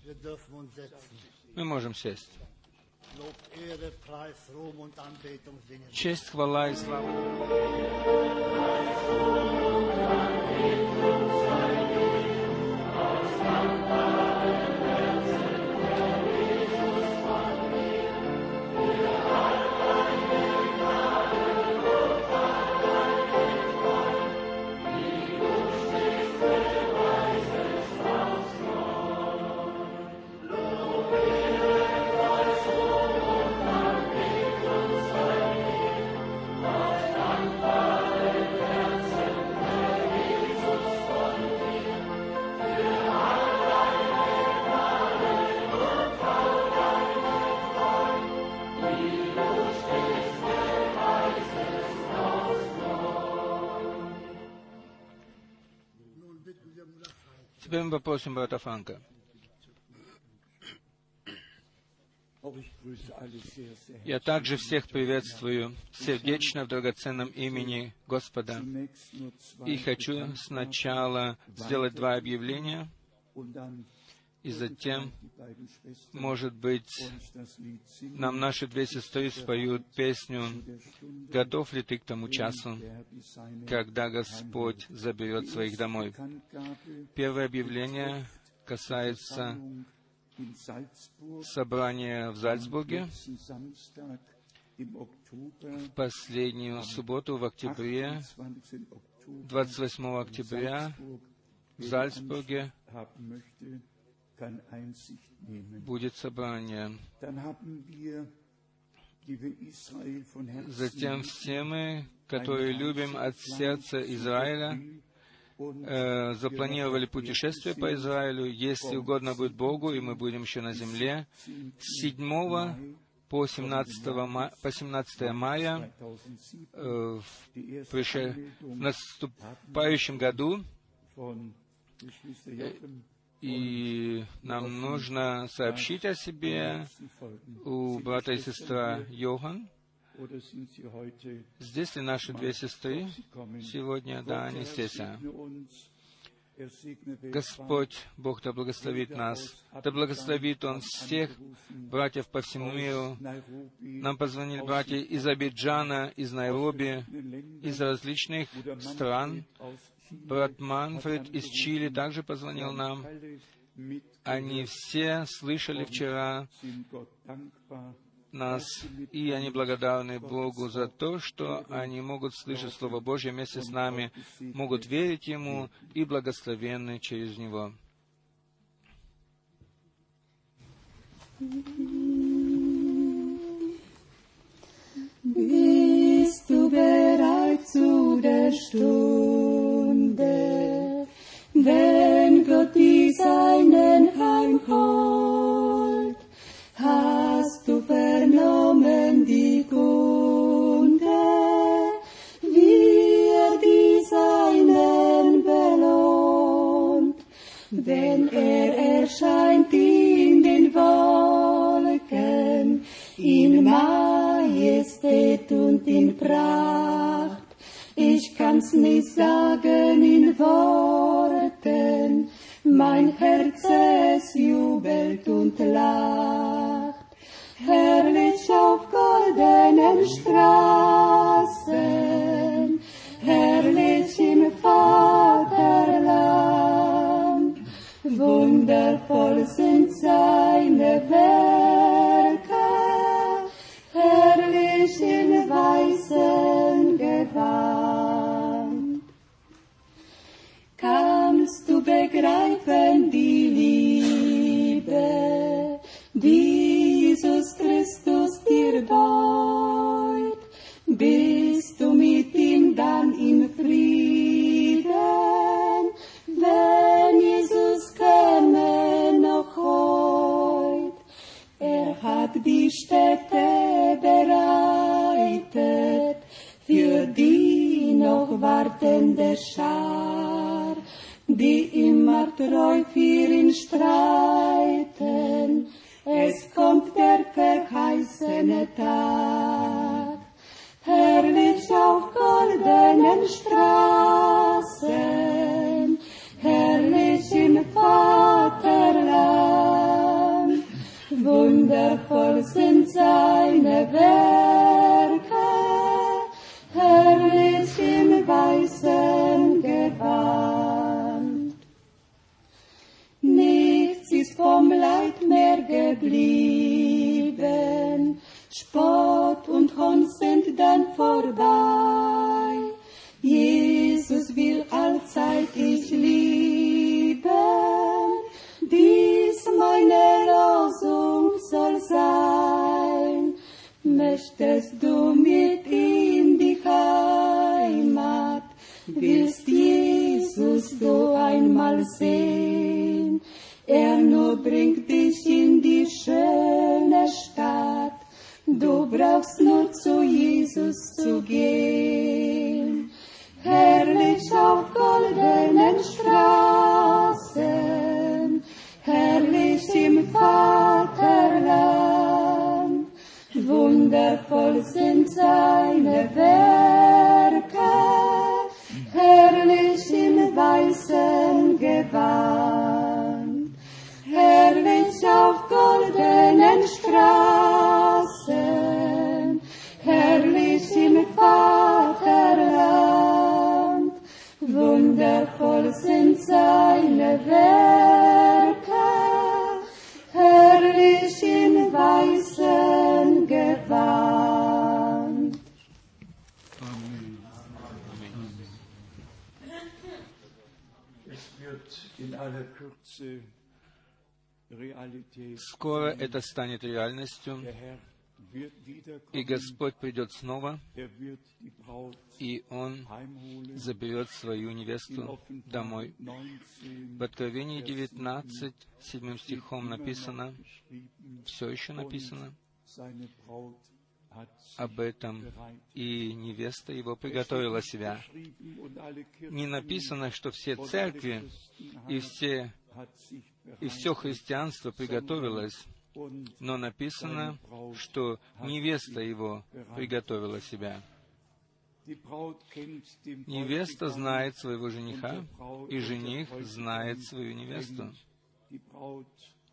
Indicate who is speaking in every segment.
Speaker 1: Мы можем сесть. Честь, хвала и слава. Теперь мы попросим брата Франка. Я также всех приветствую сердечно в драгоценном имени Господа. И хочу сначала сделать два объявления, и затем, может быть, нам наши две сестры споют песню «Готов ли ты к тому часу, когда Господь заберет своих домой?» Первое объявление касается собрания в Зальцбурге в последнюю субботу в октябре, 28 октября в Зальцбурге будет собрание. Затем все мы, которые любим от сердца Израиля, запланировали путешествие по Израилю, если угодно будет Богу, и мы будем еще на земле, с 7 по 17 мая в наступающем году. И нам нужно сообщить о себе у брата и сестра Йохан. Здесь ли наши две сестры сегодня? Да, они здесь. Господь, Бог, да благословит нас, да благословит Он всех братьев по всему миру. Нам позвонили братья из Абиджана, из Найроби, из различных стран. Брат Манфред из Чили также позвонил нам. Они все слышали вчера нас, и они благодарны Богу за то, что они могут слышать Слово Божье вместе с нами, могут верить Ему и благословенны через Него.
Speaker 2: Bist du bereit zu der Stunde, wenn Gott die Seinen heimholt? Hast du vernommen die Kunde, wie die Seinen belohnt, wenn erscheint in den Wolken, in Majestät und in Pracht. Ich kann's nicht sagen in Worten, mein Herz es jubelt und lacht. Herrlich auf goldenen Straßen, herrlich im Vaterland, wundervoll sind seine Werke, herrlich in weißem Gewand. Kannst du begreifen die Liebe, die Jesus Christus dir beut? Bist du mit ihm dann im Frieden, wenn Jesus käme noch heut? Er hat die Städte bereitet für die noch wartende Schar, die immer treu für ihn streiten. Es kommt der verheißene Tag, herrlich auf goldenen Straßen, herrlich im Vaterland. ist vom Leid mehr geblieben. Spott und Hohn sind dann vorbei. Jesus will allzeit dich lieben. Dies meine Losung soll sein. Möchtest du mit ihm die Heimat? Willst Jesus du einmal sehen? Er nur bringt dich in die schöne Stadt. Du brauchst nur zu Jesus zu gehen. Herrlich auf goldenen Straßen, herrlich im Vaterland. Wundervoll sind seine Werke, herrlich im weißen Gewand. Herrlich auf goldenen Straßen, herrlich im Vaterland. Wundervoll sind seine Werke, herrlich in weißem Gewand.
Speaker 3: Amen. Es wird in aller Kürze Realität.
Speaker 1: Скоро это станет реальностью,
Speaker 3: Der Herr wird wiederkommen.
Speaker 1: и Господь придет снова,
Speaker 3: Er wird die Braut
Speaker 1: и Он
Speaker 3: heimholen.
Speaker 1: заберет свою
Speaker 3: In
Speaker 1: невесту домой.
Speaker 3: Offenbarung 19,
Speaker 1: В Откровении 19, 7 стихом написано,
Speaker 3: geschrieben,
Speaker 1: все еще написано
Speaker 3: seine Braut hat sich
Speaker 1: об этом,
Speaker 3: bereit.
Speaker 1: и невеста его приготовила себя.
Speaker 3: Geschrieben und alle Kirchen
Speaker 1: Не написано, что все
Speaker 3: und alle
Speaker 1: церкви и
Speaker 3: Christenheit hat sich
Speaker 1: все христианство приготовилось,
Speaker 3: und
Speaker 1: но написано, что невеста его приготовила себя.
Speaker 3: die Braut kennt den
Speaker 1: Невеста
Speaker 3: Bräutigam
Speaker 1: знает своего
Speaker 3: und der
Speaker 1: жениха,
Speaker 3: Braut
Speaker 1: и
Speaker 3: und der
Speaker 1: жених
Speaker 3: Bräutigam
Speaker 1: знает свою невесту.
Speaker 3: kennt die Braut.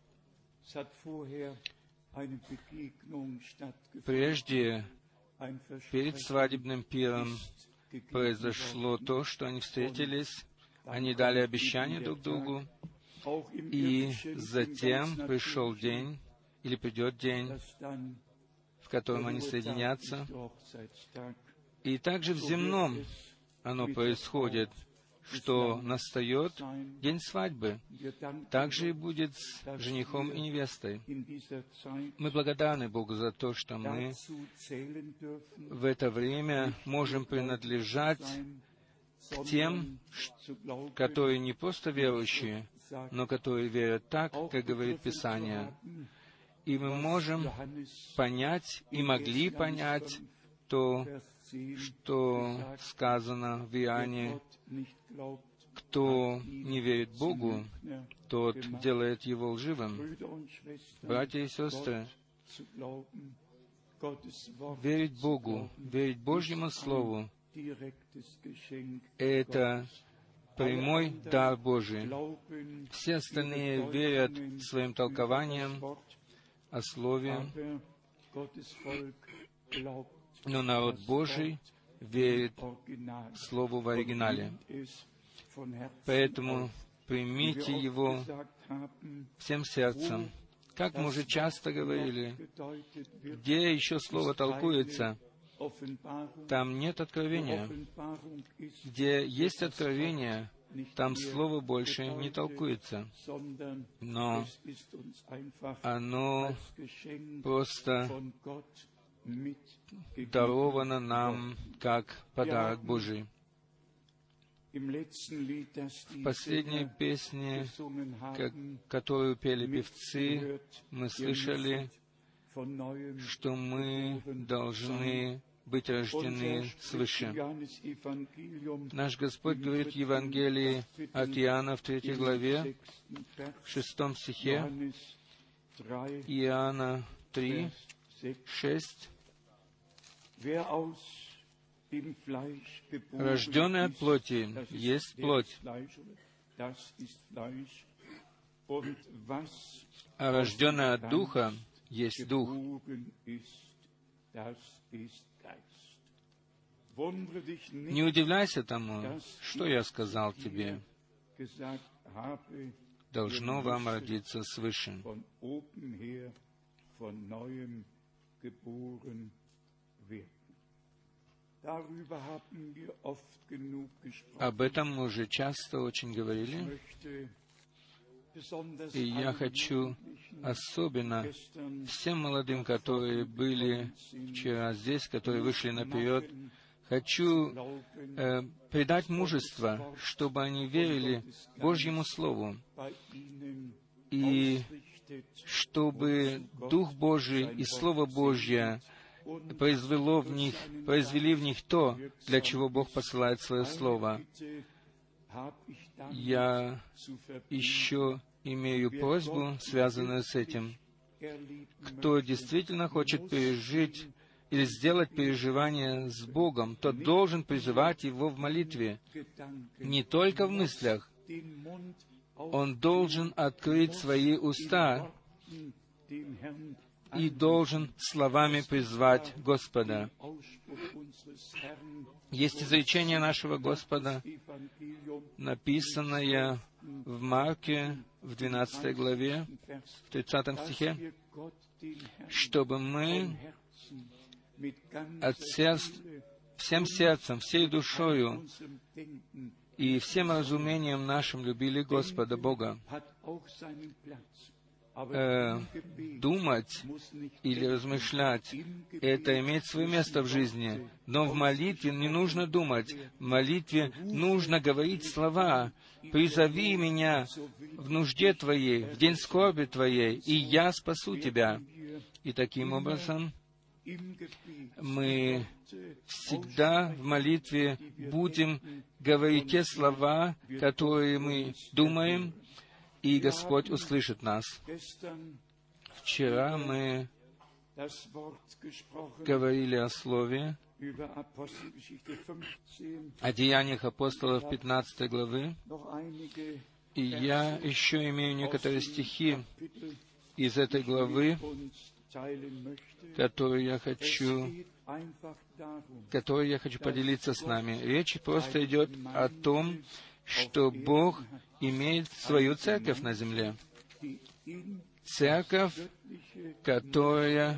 Speaker 3: Es hat vorher eine Begegnung stattgefunden.
Speaker 1: Прежде,
Speaker 3: Ein
Speaker 1: перед
Speaker 3: Versprechen
Speaker 1: свадебным пиром,
Speaker 3: ist gegeben
Speaker 1: произошло
Speaker 3: worden.
Speaker 1: то, что они встретились, они дали обещание друг другу,
Speaker 3: Auch im
Speaker 1: и
Speaker 3: Irdischen
Speaker 1: затем
Speaker 3: sind ganz
Speaker 1: пришел
Speaker 3: natürlich,
Speaker 1: день, или придет день,
Speaker 3: dass dann
Speaker 1: в котором
Speaker 3: der
Speaker 1: они
Speaker 3: Ruhetag
Speaker 1: соединятся.
Speaker 3: ist, der Hochzeitstag.
Speaker 1: И также в
Speaker 3: So
Speaker 1: земном
Speaker 3: wird es
Speaker 1: оно
Speaker 3: mit der
Speaker 1: происходит,
Speaker 3: Braut
Speaker 1: что
Speaker 3: des
Speaker 1: настает
Speaker 3: Lammes sein.
Speaker 1: день свадьбы.
Speaker 3: Wir danken
Speaker 1: Так же и
Speaker 3: Gott,
Speaker 1: будет с женихом и невестой.
Speaker 3: in dieser Zeit
Speaker 1: Мы благодарны Богу за то, что мы
Speaker 3: dazu zählen dürfen,
Speaker 1: в это время можем принадлежать
Speaker 3: sein,
Speaker 1: к тем,
Speaker 3: zu glauben,
Speaker 1: которые не просто верующие, но которые верят так,
Speaker 3: auch
Speaker 1: как говорит
Speaker 3: begriffen zu
Speaker 1: Писание.
Speaker 3: haben,
Speaker 1: И мы можем
Speaker 3: Johannes
Speaker 1: понять и могли понять то,
Speaker 3: Vers 10
Speaker 1: что сказано в Иоанне:
Speaker 3: Gott nicht glaubt,
Speaker 1: кто не верит Богу,
Speaker 3: ja,
Speaker 1: тот делает его лживым.
Speaker 3: Brüder und Schwestern,
Speaker 1: Братья и сестры,
Speaker 3: zu glauben, Gottes Wort
Speaker 1: верить Богу, верить Божьему Слову
Speaker 3: direktes Geschenk
Speaker 1: — это прямой дар Божий.
Speaker 3: glauben,
Speaker 1: Все остальные верят своим толкованием
Speaker 3: Wort,
Speaker 1: о Слове,
Speaker 3: aber Gottes Volk glaubt
Speaker 1: но народ Божий верит
Speaker 3: original.
Speaker 1: Слову в оригинале.
Speaker 3: Es von Herzen
Speaker 1: Поэтому
Speaker 3: auf.
Speaker 1: примите
Speaker 3: Wie wir
Speaker 1: его
Speaker 3: oft gesagt haben,
Speaker 1: всем сердцем. Как мы уже часто говорили,
Speaker 3: gedeutet wird,
Speaker 1: где еще Слово толкуется,
Speaker 3: Offenbarung,
Speaker 1: там нет откровения.
Speaker 3: Offenbarung ist
Speaker 1: Где есть откровение, там Слово больше не толкуется.
Speaker 3: sondern
Speaker 1: Но
Speaker 3: es ist uns einfach
Speaker 1: оно
Speaker 3: als Geschenk
Speaker 1: просто
Speaker 3: von Gott mitgegeben.
Speaker 1: даровано нам как подарок Божий.
Speaker 3: Im letzten Lied, das
Speaker 1: В
Speaker 3: die
Speaker 1: последней
Speaker 3: Sänger
Speaker 1: песне,
Speaker 3: gesungen haben,
Speaker 1: которую пели певцы,
Speaker 3: mitgehört,
Speaker 1: мы
Speaker 3: ihr
Speaker 1: слышали,
Speaker 3: müsst von neuem
Speaker 1: что мы должны быть рождены свыше. Наш Господь говорит в Евангелии от Иоанна в 3 главе, в 6 стихе, Иоанна 3, 6, «Рожденный от плоти есть плоть, а рожденный от Духа есть Дух». Не удивляйся тому, что я сказал тебе. должно вам родиться свыше.
Speaker 3: von oben her von neuem geboren werden. Darüber haben wir oft genug gesprochen.
Speaker 1: Об этом мы уже часто очень говорили,
Speaker 3: Ich möchte besonders
Speaker 1: и я
Speaker 3: allen
Speaker 1: хочу
Speaker 3: Jugendlichen
Speaker 1: особенно
Speaker 3: gestern
Speaker 1: всем молодым, которые были вчера здесь, которые вышли наперед, хочу придать мужество, чтобы они верили Божьему Слову,
Speaker 3: bei ihnen
Speaker 1: и
Speaker 3: ausrichtet
Speaker 1: чтобы Дух Божий и Слово Божье произвели в них то, для чего Бог посылает Свое Слово.
Speaker 3: Bitte hab ich dann
Speaker 1: Я
Speaker 3: zu verbinden,
Speaker 1: еще имею просьбу, связанную с этим.
Speaker 3: erleben
Speaker 1: Кто действительно хочет пережить или сделать переживание с Богом, тот должен призывать Его в молитве,
Speaker 3: Gedanken,
Speaker 1: не только в мыслях.
Speaker 3: den Mund
Speaker 1: Он должен открыть свои уста
Speaker 3: aufrichten, den Herrn
Speaker 1: и должен словами призвать Господа.
Speaker 3: Ausspruch unseres Herrn
Speaker 1: Есть изречение нашего Господа,
Speaker 3: Evangelium
Speaker 1: написанное в Марке, в 12 главе,
Speaker 3: Vers,
Speaker 1: в 30 стихе,
Speaker 3: wir Gott den Herrn
Speaker 1: чтобы
Speaker 3: von
Speaker 1: мы
Speaker 3: Herzen mit
Speaker 1: от
Speaker 3: ganzer
Speaker 1: сердца,
Speaker 3: Seele,
Speaker 1: всем сердцем, всей душою
Speaker 3: unserem Denken
Speaker 1: и всем разумением нашим любили Господа Бога.
Speaker 3: hat auch seinen Platz. Aber im Gebet
Speaker 1: Думать
Speaker 3: muss nicht
Speaker 1: или размышлять, это имеет свое место в жизни. Но в молитве не нужно думать. В молитве нужно говорить слова. «Призови меня в нужде Твоей, в день скорби Твоей, и я спасу Тебя». И таким образом
Speaker 3: im Gebet
Speaker 1: мы всегда в молитве будем говорить те слова, которые мы думаем, и Господь услышит нас.
Speaker 3: gestern
Speaker 1: Вчера мы
Speaker 3: das Wort gesprochen
Speaker 1: говорили о Слове,
Speaker 3: über Apostelgeschichte 15,
Speaker 1: о деяниях апостолов 15 главы,
Speaker 3: noch einige
Speaker 1: и я еще имею некоторые стихи
Speaker 3: Kapitel
Speaker 1: из этой главы,
Speaker 3: uns teilen möchte.
Speaker 1: которые я
Speaker 3: Es
Speaker 1: хочу
Speaker 3: geht einfach darum,
Speaker 1: поделиться с нами. Речь просто идет о том, что Бог имеет свою церковь на земле.
Speaker 3: die in
Speaker 1: Церковь,
Speaker 3: göttliche
Speaker 1: которая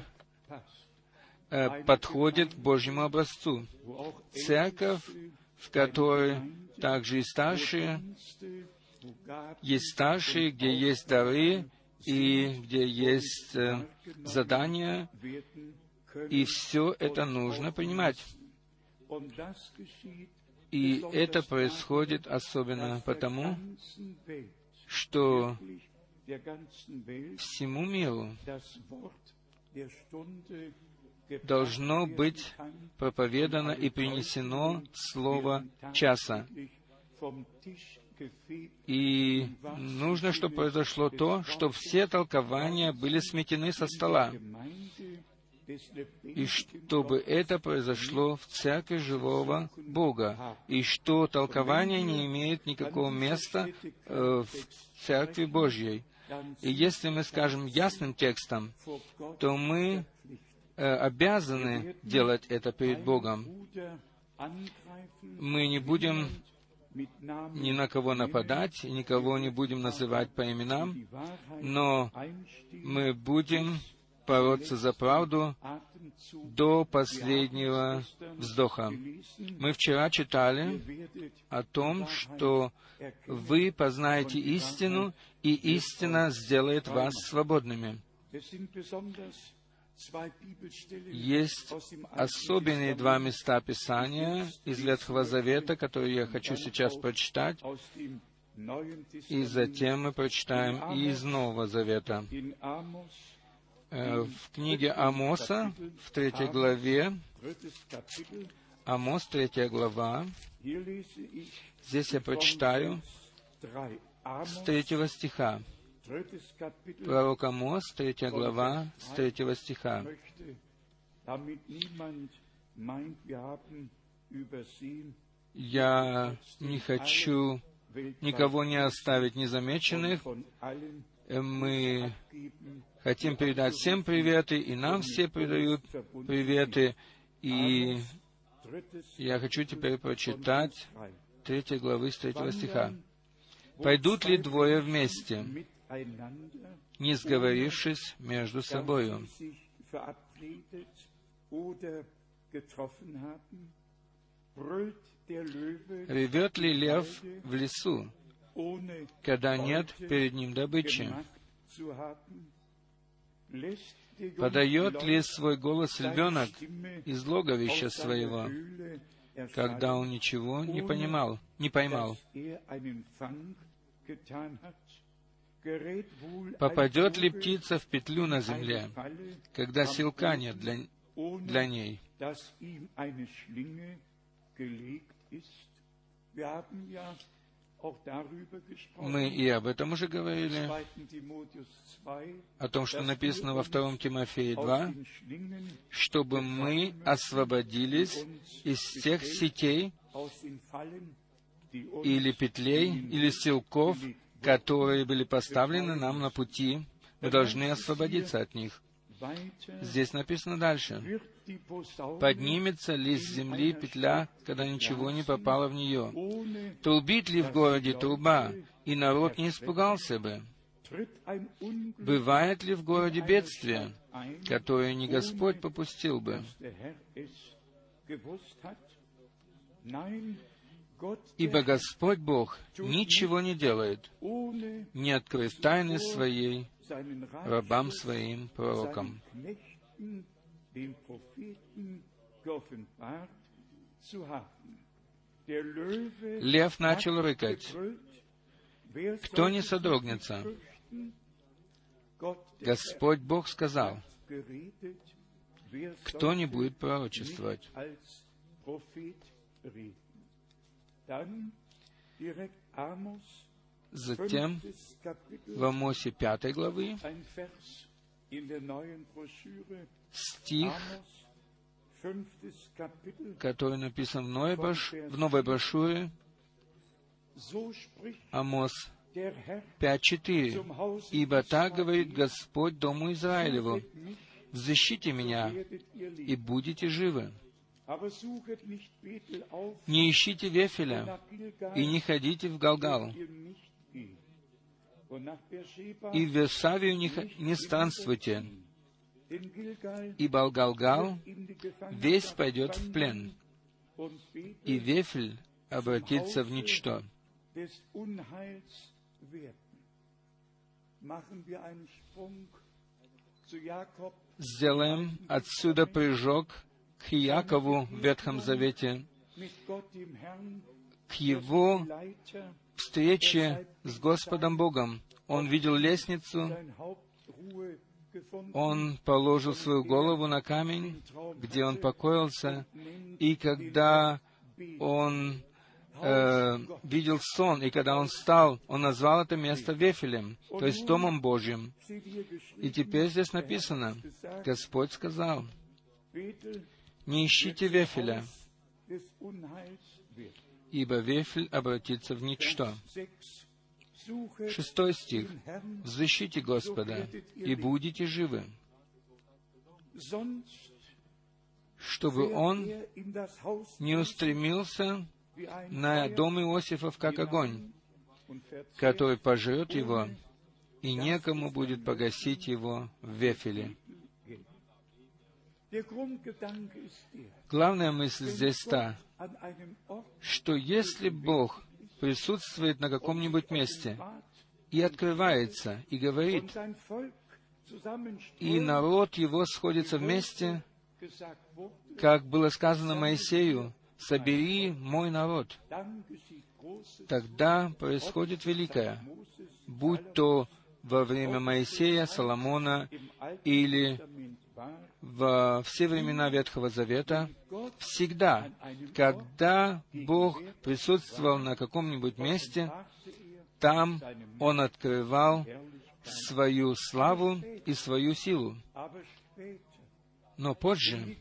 Speaker 3: passt,
Speaker 1: подходит к Божьему образцу.
Speaker 3: wo auch
Speaker 1: Церковь, в которой также и старшие,
Speaker 3: Älteste, wo Gaben
Speaker 1: есть старшие, где есть дары, и где есть задания,
Speaker 3: werden können.
Speaker 1: и все это нужно принимать.
Speaker 3: Und das geschieht
Speaker 1: И это происходит особенно потому,
Speaker 3: ganzen Welt,
Speaker 1: что
Speaker 3: wirklich der ganzen Welt,
Speaker 1: всему миру
Speaker 3: das Wort der Stunde gebracht
Speaker 1: должно
Speaker 3: werden
Speaker 1: быть
Speaker 3: kann,
Speaker 1: проповедано и принесено Слово часа.
Speaker 3: vom Tisch gefegt,
Speaker 1: И нужно, чтобы произошло то, что все толкования были сметены со стола,
Speaker 3: Gemeinde des
Speaker 1: и
Speaker 3: lebendigen
Speaker 1: чтобы это произошло в церкви живого Бога, и что толкование не имеет никакого места в церкви Божьей. И если мы скажем ясным текстом,
Speaker 3: vor Gott
Speaker 1: то мы обязаны делать это перед Богом.
Speaker 3: Bruder angreifen,
Speaker 1: Мы не будем
Speaker 3: mit Namen
Speaker 1: ни на кого нападать, и никого не будем называть по именам,
Speaker 3: die Wahrheit
Speaker 1: но
Speaker 3: einstehen,
Speaker 1: мы будем бороться за правду
Speaker 3: Atemzug
Speaker 1: до последнего вздоха.
Speaker 3: gelesen.
Speaker 1: Мы вчера читали
Speaker 3: Ihr werdet
Speaker 1: о том, что вы познаете истину, и истина сделает вас свободными.
Speaker 3: Es sind besonders zwei Bibelstellen
Speaker 1: Есть
Speaker 3: aus dem Alten
Speaker 1: особенные два места Писания из Ветхого Завета, которые я хочу сейчас прочитать,
Speaker 3: aus dem Neuen
Speaker 1: и
Speaker 3: Testament
Speaker 1: затем мы прочитаем и из Нового Завета.
Speaker 3: in Amos,
Speaker 1: В книге Амоса, в 3 главе,
Speaker 3: 3. Kapitel.
Speaker 1: Амос, 3 глава,
Speaker 3: Hier lese ich
Speaker 1: здесь я прочитаю
Speaker 3: Vers 3.
Speaker 1: с
Speaker 3: Amos,
Speaker 1: 3 стиха.
Speaker 3: 3. Kapitel,
Speaker 1: Пророк Амос, 3 глава, с 3 стиха.
Speaker 3: möchte, damit niemand meint, wir haben übersehen,
Speaker 1: Я не хочу никого не оставить незамеченных.
Speaker 3: von allen
Speaker 1: Мы
Speaker 3: geben.
Speaker 1: хотим передать всем приветы, и нам все передают приветы. И
Speaker 3: 3.
Speaker 1: я хочу теперь прочитать 3 главы с 3 стиха. Пойдут ли двое вместе, не сговорившись между собою? Ревет ли лев в лесу, когда нет перед ним добычи? Подает ли свой голос львенок из логовища своего, когда он ничего не поймал? Попадет ли птица в петлю на земле, когда силка нет для ней? Мы и об этом уже говорили, о том, что написано во 2 Тимофея 2, чтобы мы освободились из тех сетей или петлей, или силков, которые были поставлены нам на пути. Мы должны освободиться от них. Здесь написано дальше: «Поднимется ли с земли петля, когда ничего не попало в нее? Трубит ли в городе труба, и народ не испугался бы? Бывает ли в городе бедствие, которое не Господь попустил бы?» Ибо Господь Бог ничего не делает, не открыв тайны своей рабам своим пророкам. Лев начал рыкать. Кто не содрогнется? Господь Бог сказал. Кто не будет пророчествовать? Затем в Амосе 5 главы стих, который написан в новой брошюре, Амос 5:4. «Ибо так говорит Господь дому Израилеву: взыщите меня, и будете живы. Не ищите Вефеля, и не ходите в Галгал, и в Версавию не странствуйте, ибо Галгал весь пойдет в плен, и Вефель обратится в ничто». Сделаем отсюда прыжок к Иакову в Ветхом Завете, к его встрече с Господом Богом. Он видел лестницу, он положил свою голову на камень, где он покоился, и когда он видел сон, и когда он встал, он назвал это место Вефелем, то есть Домом Божьим. И теперь здесь написано, Господь сказал: не ищите Вефеля, ибо Вефель обратится в ничто. 6 стих. «Взыщите Господа, и будете живы, чтобы Он не устремился на дом Иосифов, как огонь, который пожрет его, и некому будет погасить его в Вефеле». Главная мысль здесь та, что если Бог присутствует на каком-нибудь месте и открывается, и говорит, и народ его сходится вместе, как было сказано Моисею: «Собери мой народ», тогда происходит великое, будь то во время Моисея, Соломона или во все времена Ветхого Завета. Всегда, когда Бог присутствовал на каком-нибудь месте, там Он открывал свою славу и свою силу. Но позже,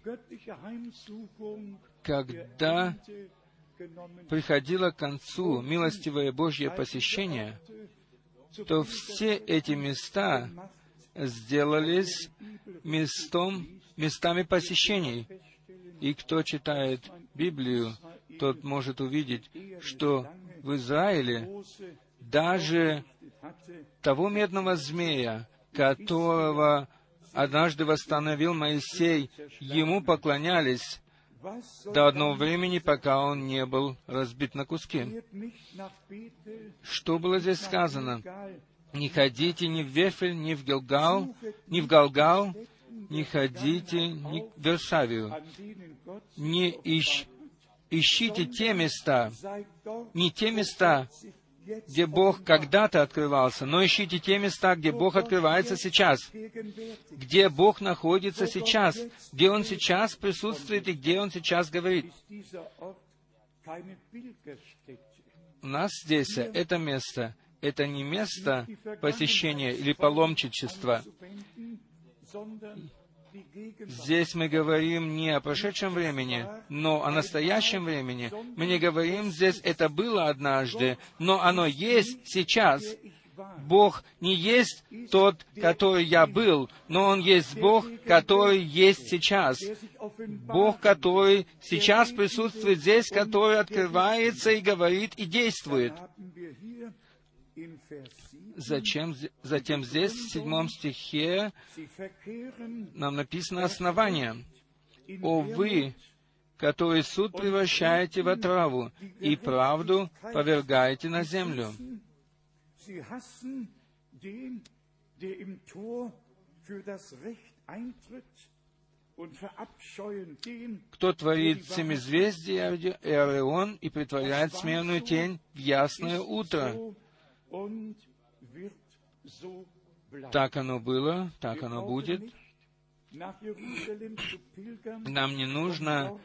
Speaker 1: когда приходило к концу милостивое Божье посещение, то все эти места сделались местами посещений. И кто читает Библию, тот может увидеть, что в Израиле даже того медного змея, которого однажды восстановил Моисей, ему поклонялись до одного времени, пока он не был разбит на куски. Что было здесь сказано? Не ходите ни в Вефель, ни в Галгал, не ходите ни в Версавию. Не ищите те места, не те места, где Бог когда-то открывался, но ищите те места, где Бог открывается сейчас, где Бог находится сейчас, где Он сейчас присутствует и где Он сейчас говорит. У нас здесь это место, это не место посещения или паломничества. Здесь мы говорим не о прошедшем времени, но о настоящем времени. Мы не говорим здесь, это было однажды, но оно есть сейчас. Бог не есть тот, который я был, но Он есть Бог, который есть сейчас. Бог, который сейчас присутствует здесь, который открывается и говорит, и действует. Затем здесь, в 7 стихе, нам написано основание. «О вы, которые суд превращаете в отраву, и правду повергаете на землю». Кто творит семизвездие и Орион и притворяет смертную тень в ясное утро. Так оно было, так оно будет. Нам не нужно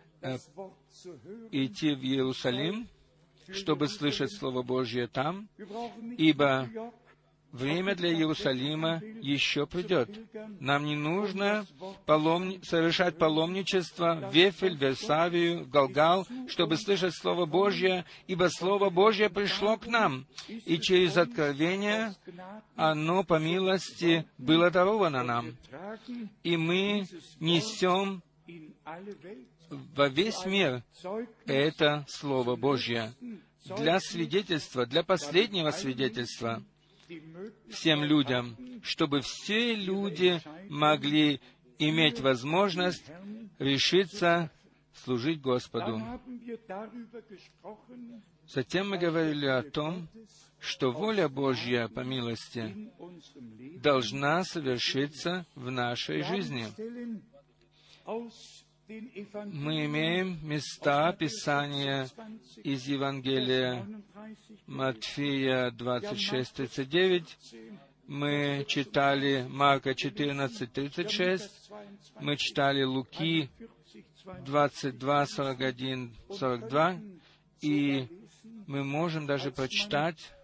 Speaker 1: идти в Иерусалим, чтобы слышать Слово Божье там, ибо время для Иерусалима еще придет. Нам не нужно совершать паломничество в Вефель, Версавию, Галгал, чтобы слышать Слово Божье, ибо Слово Божье пришло к нам, и через откровение оно, по милости, было даровано нам. И мы несем во весь мир это Слово Божье для свидетельства, для последнего свидетельства всем людям, чтобы все люди могли иметь возможность решиться служить Господу. Затем мы говорили о том, что воля Божья, по милости, должна совершиться в нашей жизни. Мы имеем места Писания из Евангелия Матфея 26:39. Мы читали Марка 14:36. Мы читали Луки 22:41-42. И мы можем даже прочитать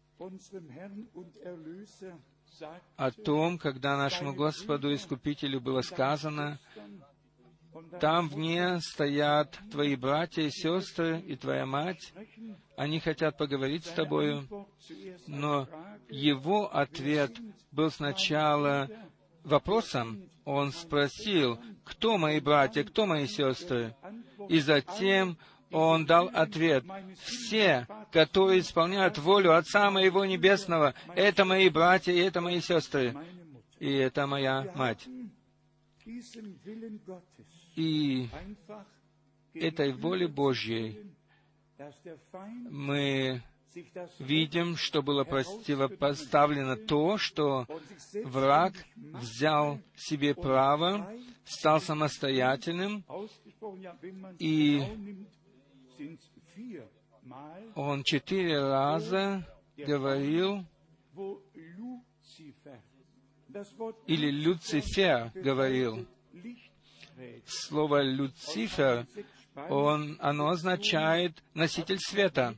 Speaker 1: о том, когда нашему Господу Искупителю было сказано: «Там вне стоят твои братья и сестры, и твоя мать. Они хотят поговорить с тобою». Но его ответ был сначала вопросом. Он спросил: «Кто мои братья, кто мои сестры?» И затем он дал ответ: «Все, которые исполняют волю Отца моего Небесного, это мои братья, и это мои сестры, и это моя мать». И этой воле Божьей мы видим, что было противопоставлено то, что враг взял себе право, стал самостоятельным, и он 4 раза говорил, или Люцифер говорил. Слово «Люцифер», оно означает «носитель света».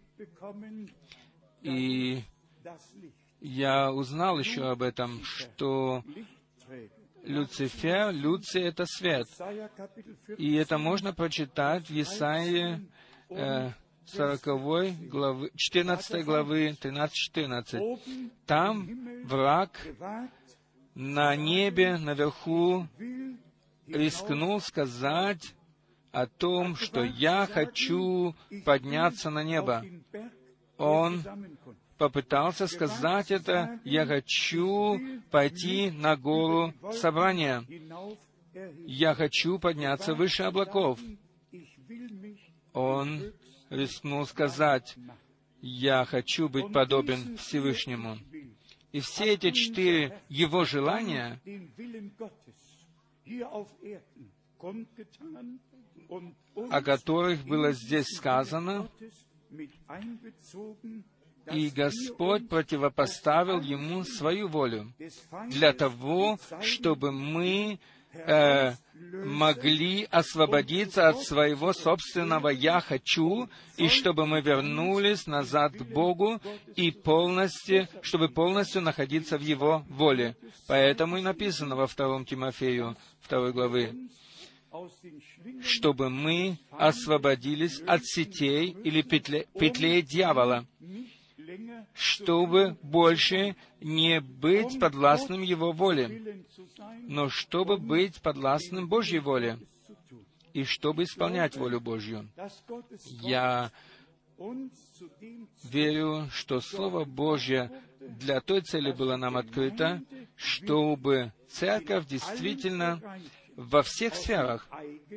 Speaker 1: И я узнал еще об этом, что Люцифер, Люций — это свет. И это можно прочитать в Исаии 40 главы, 14 главы, 13-14. Там враг на небе, наверху, рискнул сказать о том, что «я хочу подняться на небо». Он попытался сказать это: «Я хочу пойти на гору собрания. Я хочу подняться выше облаков». Он рискнул сказать: «Я хочу быть подобен Всевышнему». И все эти 4 его желания, о которых было здесь сказано, и Господь противопоставил ему свою волю для того, чтобы мы могли освободиться от своего собственного «я хочу», и чтобы мы вернулись назад к Богу, и чтобы полностью находиться в Его воле. Поэтому и написано во 2 Тимофею 2 главы, чтобы мы освободились от сетей или петлей дьявола, чтобы больше не быть подвластным Его воле, но чтобы быть подвластным Божьей воле, и чтобы исполнять волю Божью. Я верю, что Слово Божье для той цели было нам открыто, чтобы Церковь действительно во всех сферах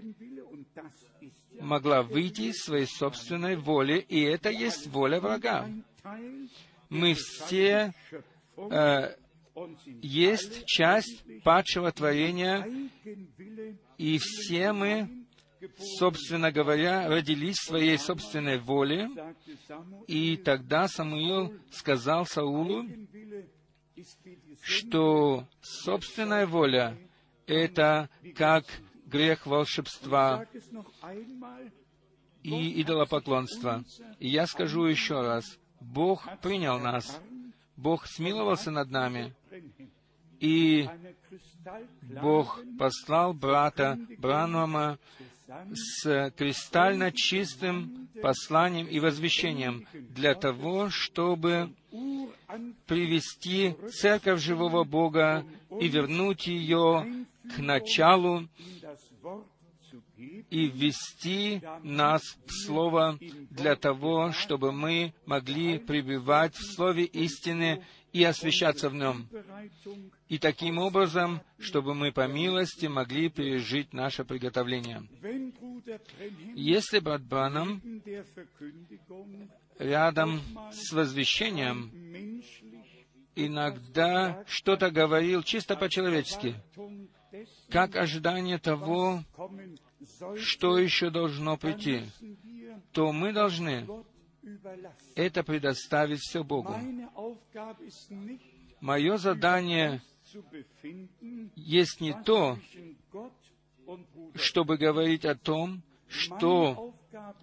Speaker 1: могла выйти из своей собственной воли, и это есть воля врага. Мы все есть часть падшего творения, и все мы, собственно говоря, родились в своей собственной воле, и тогда Самуил сказал Саулу, что собственная воля — это как грех волшебства и идолопоклонства. И я скажу еще раз, Бог принял нас, Бог смиловался над нами, и Бог послал брата Бранхама с кристально чистым посланием и возвещением для того, чтобы привести церковь живого Бога и вернуть ее к началу и ввести нас в Слово для того, чтобы мы могли пребывать в Слове истины и освящаться в нем. И таким образом, чтобы мы по милости могли пережить наше приготовление. Если брат Бранхам рядом с возвещением иногда что-то говорил чисто по-человечески, как ожидание того, что еще должно прийти, то мы должны это предоставить все Богу. Мое задание есть не то, чтобы говорить о том, что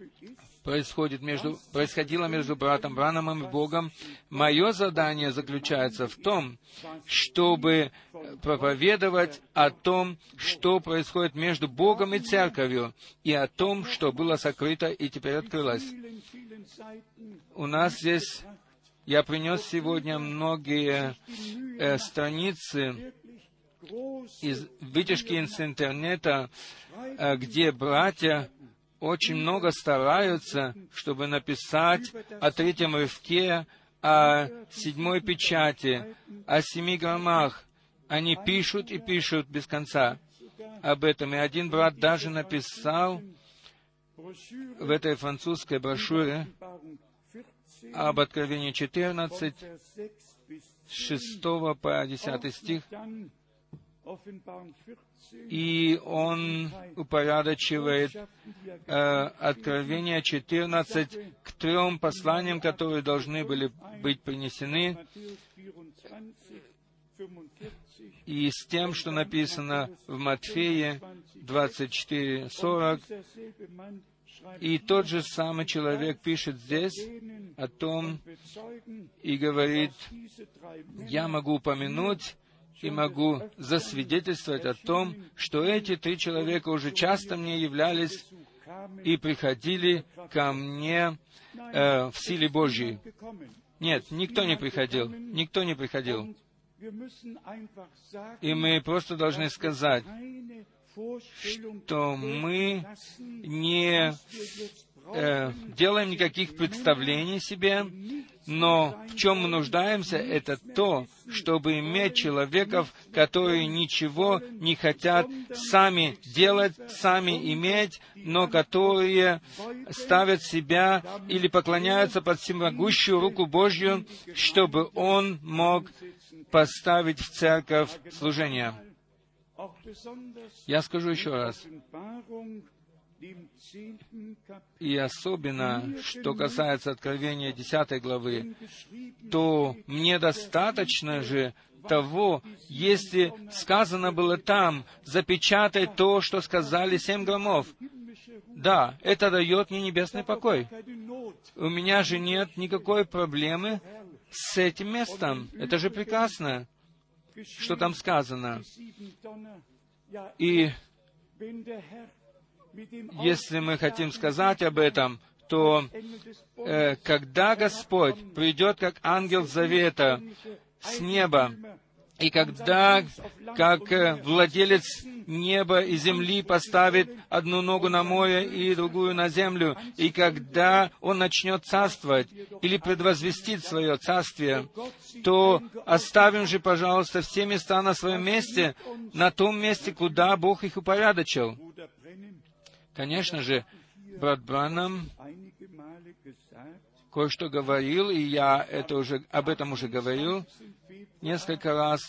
Speaker 1: происходило между братом Бранхамом и Богом. Мое задание заключается в том, чтобы проповедовать о том, что происходит между Богом и Церковью, и о том, что было сокрыто и теперь открылось. У нас здесь, я принес сегодня многие страницы из вытяжки из интернета, где братья очень много стараются, чтобы написать о 3-м рывке, о 7-й печати, о 7 громах. Они пишут и пишут без конца об этом. И один брат даже написал в этой французской брошюре об Откровении 14, с 6 по 10 стих, и он упорядочивает Откровение 14 к 3 посланиям, которые должны были быть принесены, и с тем, что написано в Матфея 24:40. И тот же самый человек пишет здесь о том и говорит: «Я могу упомянуть и могу засвидетельствовать о том, что эти 3 человека уже часто мне являлись и приходили ко мне в силе Божьей». Нет, никто не приходил. И мы просто должны сказать, что мы не делаем никаких представлений себе, но в чем мы нуждаемся, это то, чтобы иметь человеков, которые ничего не хотят сами делать, сами иметь, но которые ставят себя или поклоняются под всемогущую руку Божью, чтобы Он мог поставить в церковь служение. Я скажу еще раз. И особенно, что касается Откровения 10 главы, то мне достаточно же того, если сказано было там, запечатай то, что сказали 7 громов. Да, это дает мне небесный покой. У меня же нет никакой проблемы с этим местом. Это же прекрасно, что там сказано. И если мы хотим сказать об этом, то когда Господь придет как ангел завета с неба, и когда, как владелец неба и земли, поставит одну ногу на море и другую на землю, и когда Он начнет царствовать или предвозвестит свое царствие, то оставим же, пожалуйста, все места на своем месте, на том месте, куда Бог их упорядочил. Конечно же, брат Бранам кое-что говорил, и я об этом уже говорил несколько раз.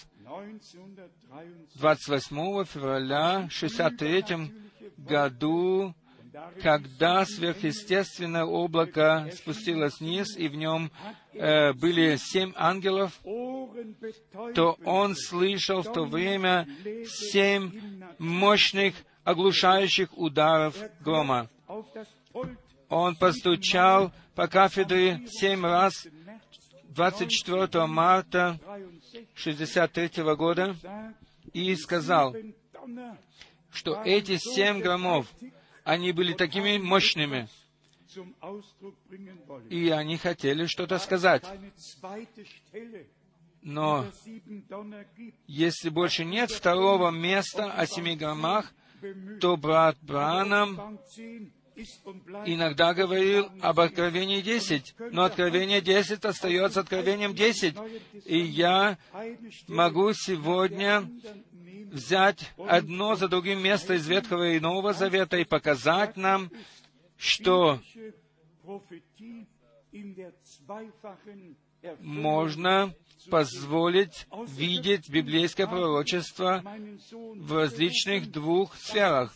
Speaker 1: 28 февраля 1963 году, когда сверхъестественное облако спустилось вниз, и в нем были 7 ангелов, то он слышал в то время 7 мощных оглушающих ударов грома. Он постучал по кафедре 7 раз 24 марта 1963 года и сказал, что эти 7 громов, они были такими мощными, и они хотели что-то сказать. Но если больше нет второго места о 7 громах, то брат Бранам иногда говорил об Откровении 10, но Откровение 10 остается Откровением 10. И я могу сегодня взять одно за другим место из Ветхого и Нового Завета и показать нам, что можно позволить видеть библейское пророчество в различных 2 сферах.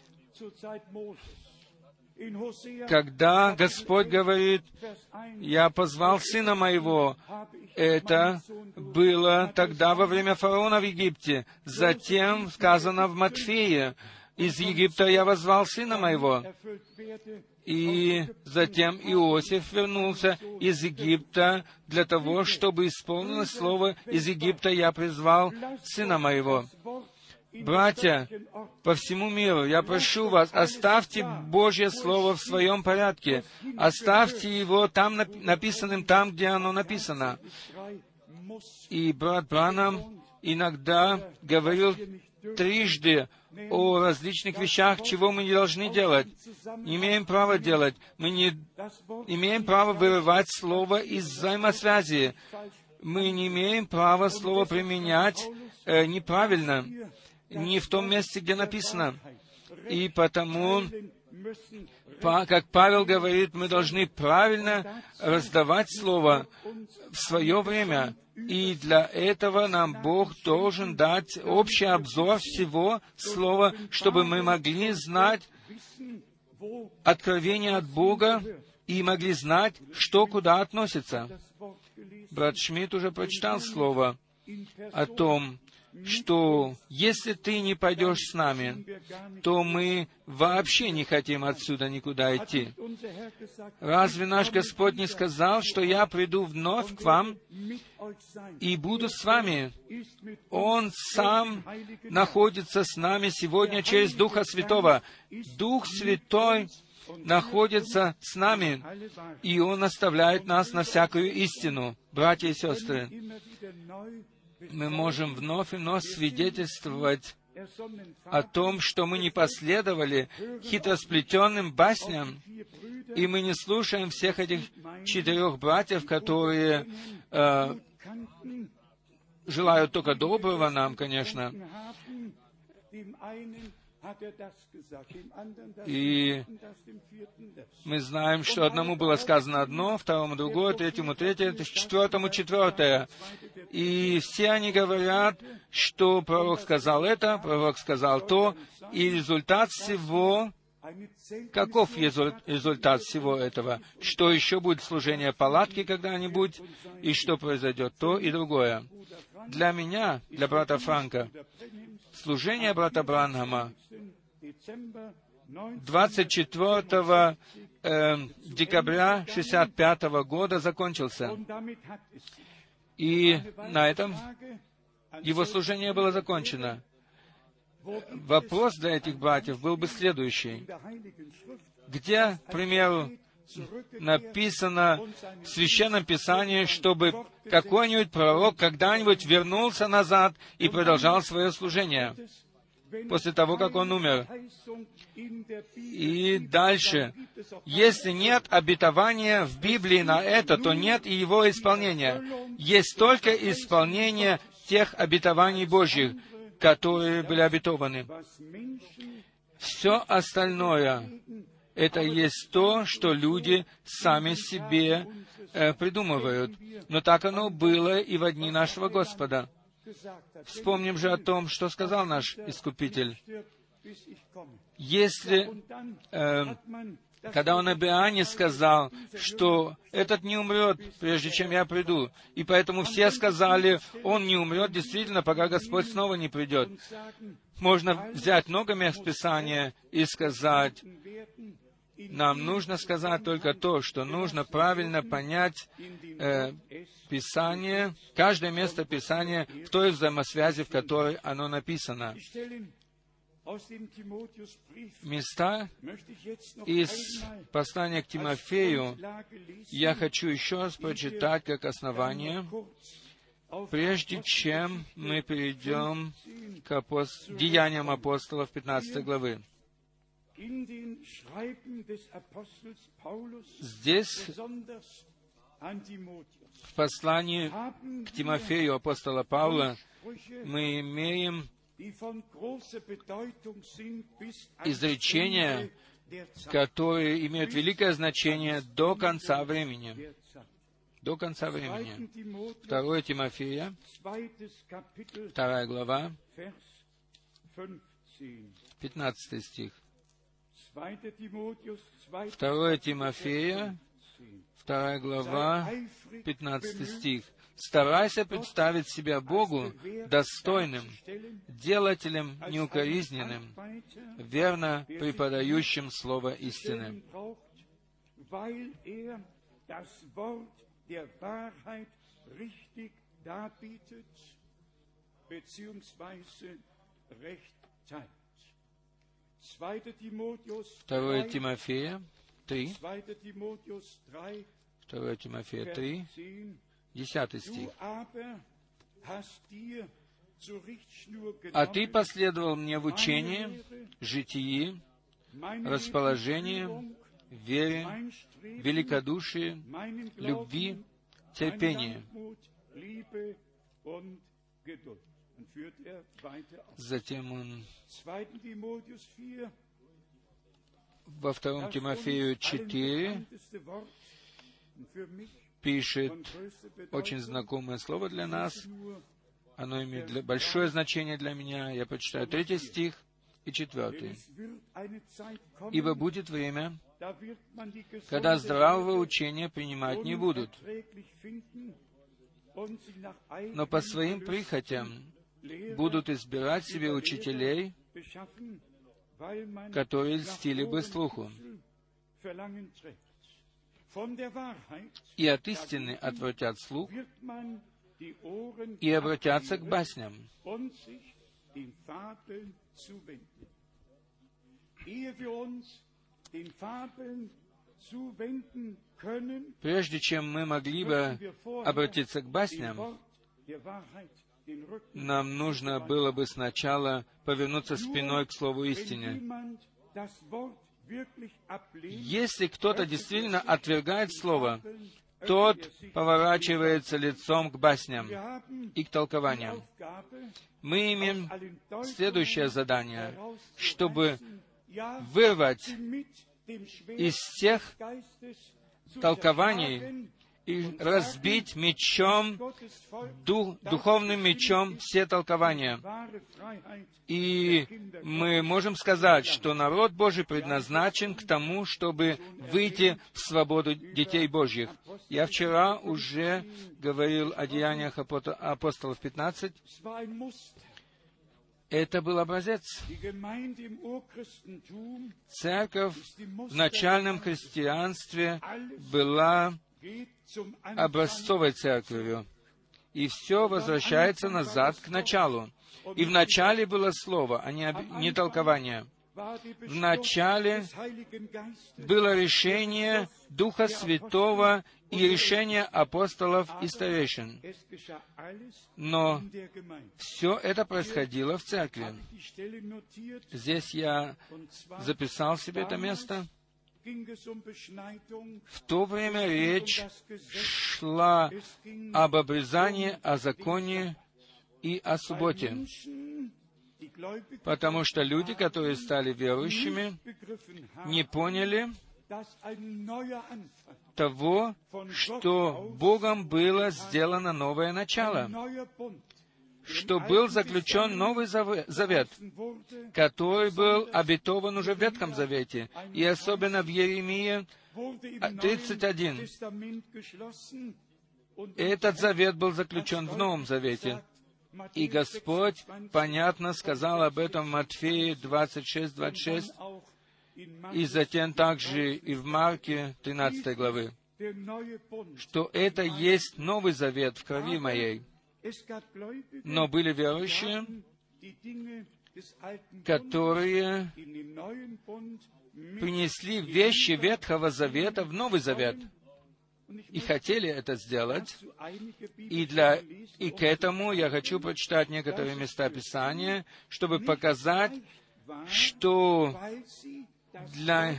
Speaker 1: Когда Господь говорит, «Я позвал сына моего», это было тогда во время фараона в Египте. Затем сказано в Матфея, «Из Египта я воззвал сына моего». И затем Иосиф вернулся из Египта для того, чтобы исполнилось слово «Из Египта я призвал сына моего». Братья, по всему миру, я прошу вас, оставьте Божье Слово в своем порядке. Оставьте его там, написанным там, где оно написано. И брат Бранам иногда говорил трижды о различных вещах, чего мы не должны делать, не имеем права делать. Мы не имеем права вырывать Слово из взаимосвязи. Мы не имеем права Слово применять неправильно, не в том месте, где написано. И потому, как Павел говорит, мы должны правильно раздавать Слово в свое время. И для этого нам Бог должен дать общий обзор всего Слова, чтобы мы могли знать откровение от Бога и могли знать, что куда относится. Брат Шмидт уже прочитал Слово о том, что если ты не пойдешь с нами, то мы вообще не хотим отсюда никуда идти. Разве наш Господь не сказал, что я приду вновь к вам и буду с вами? Он сам находится с нами сегодня через Духа Святого. Дух Святой находится с нами, и Он наставляет нас на всякую истину. Братья и сестры, мы можем вновь и вновь свидетельствовать о том, что мы не последовали хитросплетенным басням, и мы не слушаем всех этих 4 братьев, которые желают только доброго нам, конечно. И мы знаем, что одному было сказано одно, второму другое, третьему третье, четвертому четвертое. И все они говорят, что пророк сказал это, пророк сказал то, и результат всего... Каков результат всего этого? Что еще будет служение палатки когда-нибудь, и что произойдет то и другое? Для меня, для брата Франка, служение брата Бранхама 24 декабря 1965 года закончился. И на этом его служение было закончено. Вопрос для этих братьев был бы следующий. Где, к примеру, написано в Священном Писании, чтобы какой-нибудь пророк когда-нибудь вернулся назад и продолжал свое служение после того, как он умер? И дальше. Если нет обетования в Библии на это, то нет и его исполнения. Есть только исполнение тех обетований Божьих, которые были обетованы. Все остальное — это есть то, что люди сами себе придумывают. Но так оно было и в дни нашего Господа. Вспомним же о том, что сказал наш Искупитель. Если, когда он об Иоанне сказал, что этот не умрет, прежде чем я приду, и поэтому все сказали, он не умрет действительно, пока Господь снова не придет. Можно взять много мест Писания и сказать, нам нужно сказать только то, что нужно правильно понять Писание, каждое место Писания в той взаимосвязи, в которой оно написано. Места из послания к Тимофею я хочу еще раз прочитать как основание, прежде чем мы перейдем к Деяниям апостолов 15 главы. Здесь, в послании к Тимофею апостола Павла, мы имеем изречения, которые имеют великое значение до конца времени. До конца времени. 2 Тимофея, 2 глава, 15 стих. 2 Тимофея, 2 глава, 15 стих. «Старайся представить себя Богу достойным, делателем неукоризненным, верно преподающим слово истины». Второе Тимофея 3, 2 Тимофея 3, 10 стих. «А ты последовал мне в учении, житии, расположении, вере, великодушии, любви, терпении». Затем он во 2 Тимофею 4 пишет очень знакомое слово для нас. Оно имеет большое значение для меня. Я прочитаю 3 стих и 4. «Ибо будет время, когда здравого учения принимать не будут, но по своим прихотям будут избирать себе учителей, которые льстили бы слуху, и от истины отвратят слух, и обратятся к басням». Прежде чем мы могли бы обратиться к басням, нам нужно было бы сначала повернуться спиной к Слову истины. Если кто-то действительно отвергает Слово, тот поворачивается лицом к басням и к толкованиям. Мы имеем следующее задание, чтобы вырвать из тех толкований и разбить мечом, духовным мечом все толкования. И мы можем сказать, что народ Божий предназначен к тому, чтобы выйти в свободу детей Божьих. Я вчера уже говорил о Деяниях апостолов 15. Это был образец. Церковь в начальном христианстве была образцовой церковью. И все возвращается назад к началу. И в начале было Слово, а не толкование. В начале было решение Духа Святого и решение апостолов и старейшин. Но все это происходило в церкви. Здесь я записал себе это место. В то время речь шла об обрезании, о законе и о субботе. Потому что люди, которые стали верующими, не поняли того, что Богом было сделано новое начало, что был заключен Новый Завет, который был обетован уже в Ветхом Завете, и особенно в Иеремии 31. Этот завет был заключен в Новом Завете. И Господь понятно сказал об этом в Матфея 26, и затем также и в Марке 13 главы, что это есть Новый Завет в крови моей. Но были верующие, которые принесли вещи Ветхого Завета в Новый Завет и хотели это сделать. И к этому я хочу прочитать некоторые места Писания, чтобы показать, что для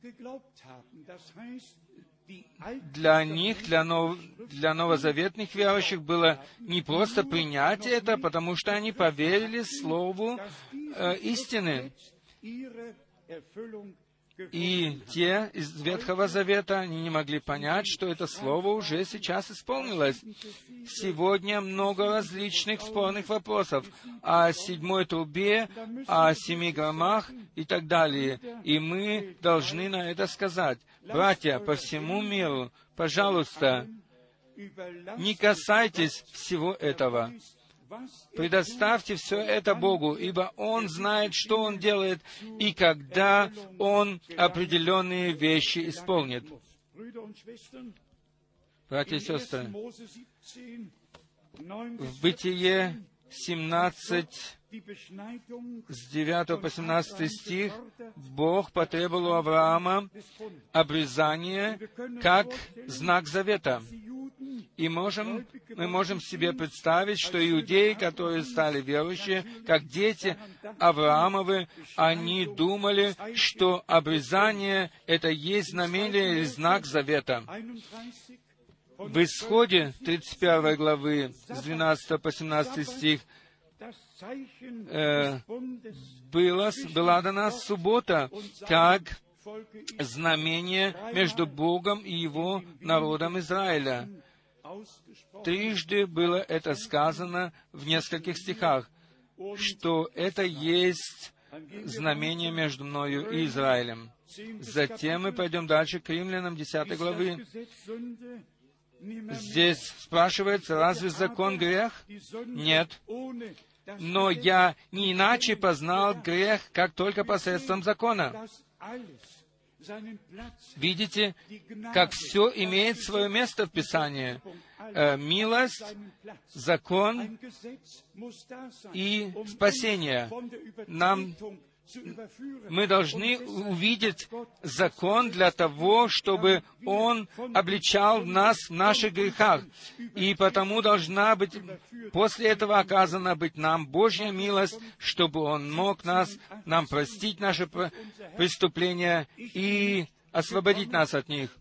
Speaker 1: них, для новозаветных верующих, было не просто принять это, потому что они поверили Слову истины. И те из Ветхого Завета, они не могли понять, что это Слово уже сейчас исполнилось. Сегодня много различных спорных вопросов о 7 трубе, о 7 громах и так далее. И мы должны на это сказать: братья по всему миру, пожалуйста, не касайтесь всего этого. Предоставьте все это Богу, ибо Он знает, что Он делает, и когда Он определенные вещи исполнит. Братья и сестры, в Бытие 17, с 9 по 17 стих, Бог потребовал у Авраама обрезание как знак завета. И мы можем себе представить, что иудеи, которые стали верующие, как дети Авраамовы, они думали, что обрезание — это есть знамение или знак завета. В Исходе 31 главы, с 12 по 17 стих, была дана суббота как знамение между Богом и Его народом Израиля. Трижды было это сказано в нескольких стихах, что это есть знамение между мною и Израилем. Затем мы пойдем дальше к Римлянам 10 главы. Здесь спрашивается, разве закон грех? Нет. Но я не иначе познал грех, как только посредством закона. Видите, как все имеет свое место в Писании. Милость, закон и спасение. Нам мы должны увидеть закон для того, чтобы он обличал нас в наших грехах. И потому должна быть, после этого оказана быть нам Божья милость, чтобы Он мог нам простить наши преступления и освободить нас от них.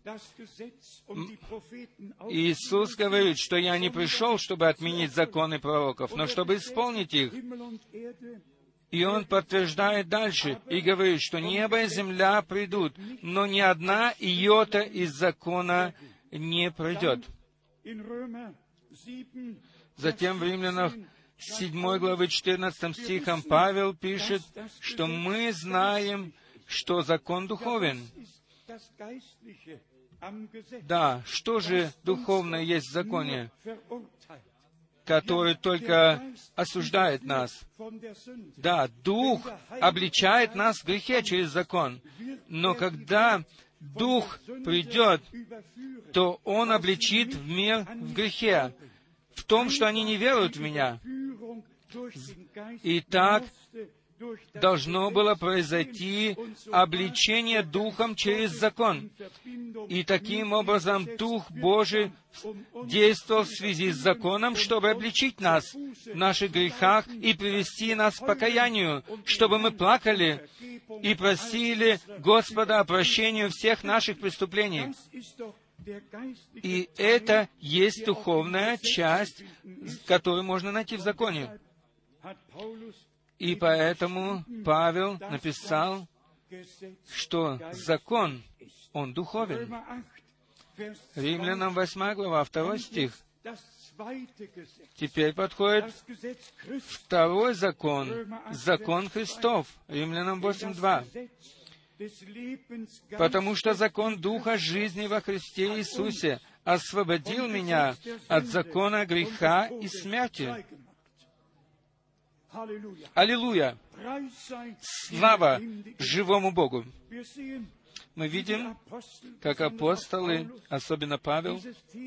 Speaker 1: Иисус говорит, что «Я не пришел, чтобы отменить законы пророков, но чтобы исполнить их». И Он подтверждает дальше и говорит, что небо и земля придут, но ни одна иота из закона не пройдет. Затем в Римлянах 7 главы 14 стихом Павел пишет, что мы знаем, что закон духовен. Да, что же духовное есть в законе, который только осуждает нас? Да, Дух обличает нас в грехе через закон. Но когда Дух придет, то Он обличит мир в грехе, в том, что они не веруют в Меня. И так должно было произойти обличение Духом через закон. И таким образом Дух Божий действовал в связи с законом, чтобы обличить нас в наших грехах и привести нас к покаянию, чтобы мы плакали и просили Господа о прощении всех наших преступлений. И это есть духовная часть, которую можно найти в законе. И поэтому Павел написал, что закон, он духовен. Римлянам 8 глава, 2 стих. Теперь подходит второй закон, закон Христов. Римлянам 8:2. «Потому что закон Духа жизни во Христе Иисусе освободил меня от закона греха и смерти». Аллилуйя! Слава живому Богу! Мы видим, как апостолы, особенно Павел,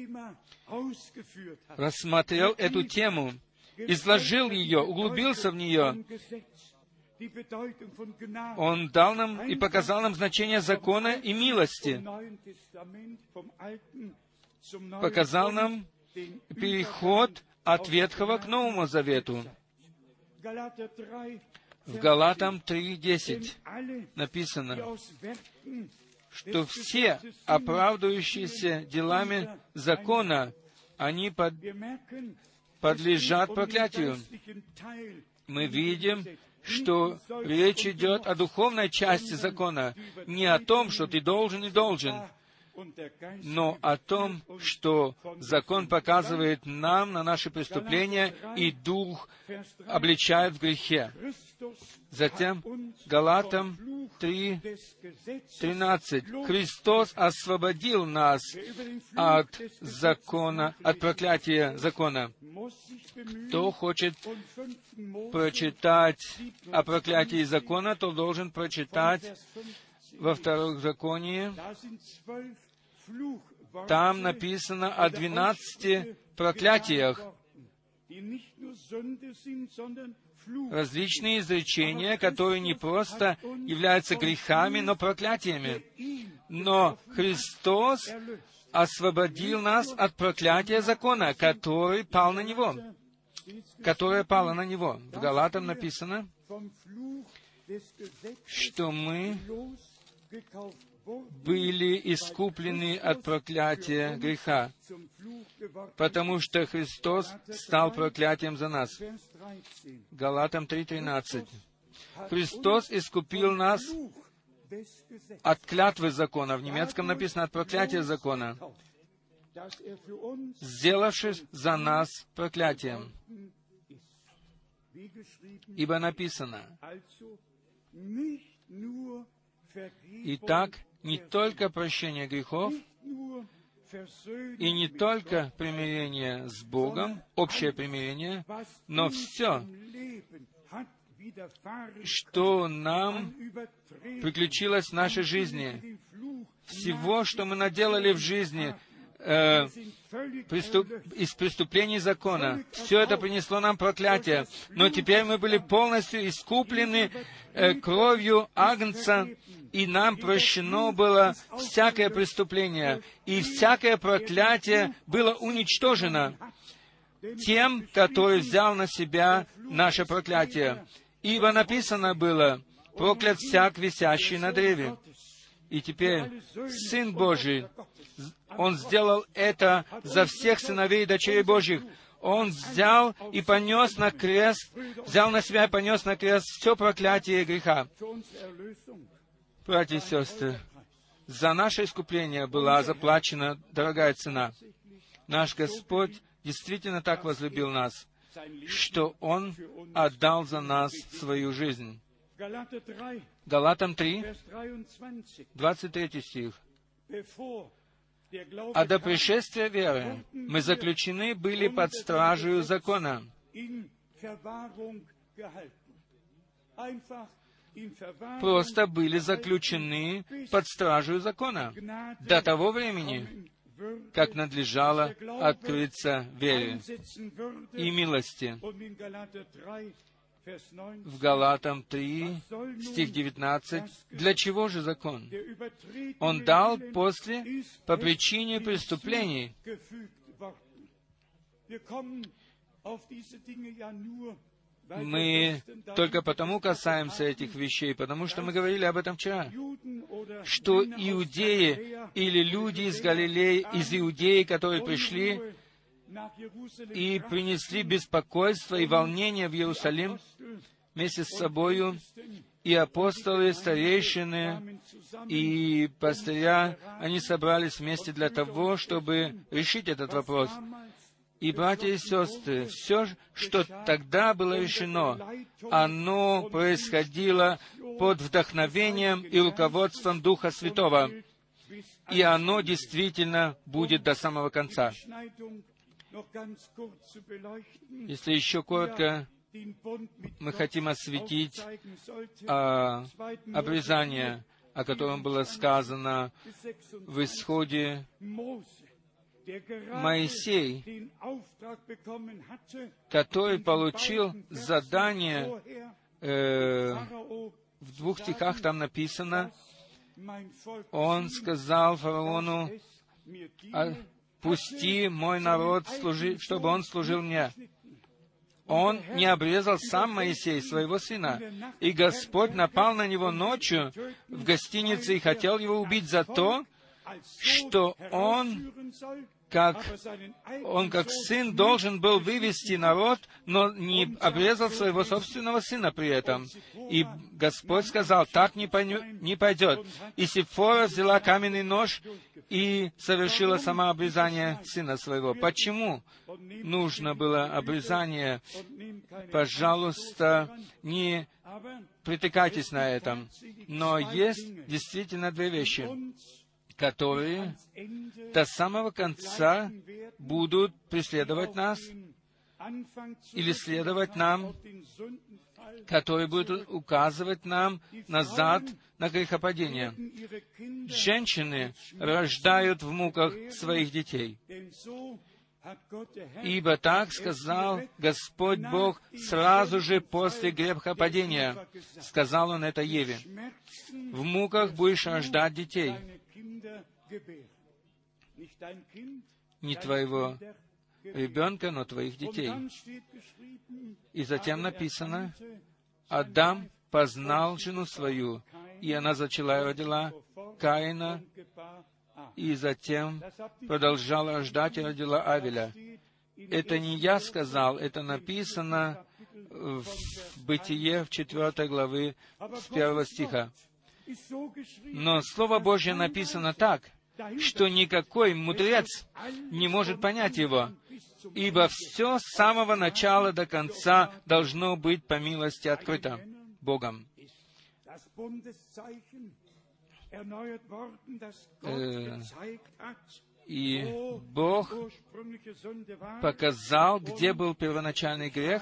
Speaker 1: рассмотрел эту тему, изложил ее, углубился в нее. Он дал нам и показал нам значение закона и милости. Показал нам переход от Ветхого к Новому Завету. В Галатам 3:10 написано, что все оправдывающиеся делами закона, они подлежат проклятию. Мы видим, что речь идет о духовной части закона, не о том, что ты должен и должен, но о том, что закон показывает нам на наши преступления, и Дух обличает в грехе. Затем Галатам 3:13. Христос освободил нас от закона, от проклятия закона. Кто хочет прочитать о проклятии закона, то должен прочитать во Втором законе. Там написано о 12 проклятиях. Различные изречения, которые не просто являются грехами, но проклятиями. Но Христос освободил нас от проклятия закона, который пал на Него. Которое пало на Него. В Галатам написано, что мы были искуплены от проклятия греха, потому что Христос стал проклятием за нас. Галатам 3:13. Христос искупил нас от клятвы закона. В немецком написано «от проклятия закона», сделавшись за нас проклятием. Ибо написано: «Итак, не только прощение грехов, и не только примирение с Богом, общее примирение, но все, что нам приключилось в нашей жизни, всего, что мы наделали в жизни, из преступлений закона. Все это принесло нам проклятие. Но теперь мы были полностью искуплены кровью Агнца, и нам прощено было всякое преступление, и всякое проклятие было уничтожено тем, который взял на себя наше проклятие. Ибо написано было: «Проклят всяк, висящий на древе». И теперь Сын Божий, Он сделал это за всех сыновей и дочерей Божьих. Он взял и понес на крест, взял на себя и понес на крест все проклятие греха. Братья и сестры, за наше искупление была заплачена дорогая цена. Наш Господь действительно так возлюбил нас, что Он отдал за нас свою жизнь. Галатам 3, 23 стих. «А до пришествия веры мы заключены были под стражею закона». Просто были заключены под стражею закона до того времени, как надлежало открыться вере и милости. В Галатам 3, стих 19, «Для чего же закон? Он дал после по причине преступлений». Мы только потому касаемся этих вещей, потому что мы говорили об этом вчера, что иудеи или люди из Галилеи, из Иудеи, которые пришли и принесли беспокойство и волнение в Иерусалим вместе с собою, и апостолы, старейшины и пастыря, они собрались вместе для того, чтобы решить этот вопрос. И, братья и сестры, все, что тогда было решено, оно происходило под вдохновением и руководством Духа Святого, и оно действительно будет до самого конца. Если еще коротко мы хотим осветить обрезание, о котором было сказано в Исходе. Моисей, который получил задание, в 2 стихах там написано, он сказал фараону: «Пусти мой народ, чтобы он служил мне». Он не обрезал сам Моисей, своего сына. И Господь напал на него ночью в гостинице и хотел его убить за то, что он как сын должен был вывести народ, но не обрезал своего собственного сына при этом. И Господь сказал: так не пойдет. И Сифора взяла каменный нож и совершила сама обрезание сына своего. Почему нужно было обрезание? Пожалуйста, не притыкайтесь на этом. Но есть действительно две вещи, которые до самого конца будут преследовать нас или следовать нам, которые будут указывать нам назад на грехопадение. Женщины рождают в муках своих детей. Ибо так сказал Господь Бог сразу же после грехопадения. Сказал Он это Еве: «В муках будешь рождать детей». Не твоего ребенка, но твоих детей. И затем написано: Адам познал жену свою, и она зачала и родила Каина, и затем продолжала рождать и родила Авеля. Это не я сказал, это написано в Бытие, в 4 главе, с 1 стиха. Но Слово Божье написано так, что никакой мудрец не может понять его, ибо все с самого начала до конца должно быть по милости открыто Богом. И Бог показал, где был первоначальный грех,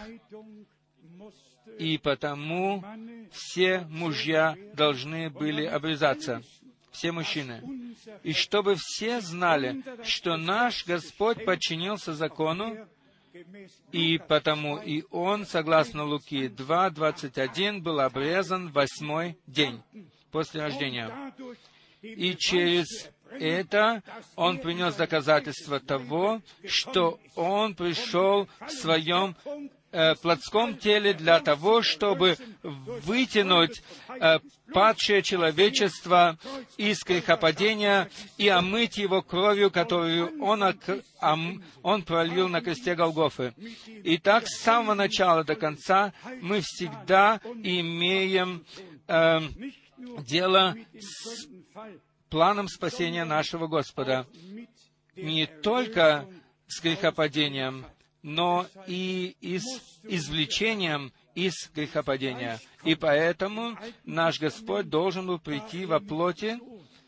Speaker 1: и потому все мужья должны были обрезаться. все мужчины. И чтобы все знали, что наш Господь подчинился закону, и потому и Он, согласно Луки 2:21, был обрезан в 8-й день после рождения. И через это Он принес доказательство того, что Он пришел в Своем плотском теле для того, чтобы вытянуть падшее человечество из грехопадения и омыть его кровью, которую Он пролил на кресте Голгофы. И так с самого начала до конца мы всегда имеем дело с планом спасения нашего Господа. Не только с грехопадением, но и с извлечением из грехопадения. И поэтому наш Господь должен был прийти во плоти.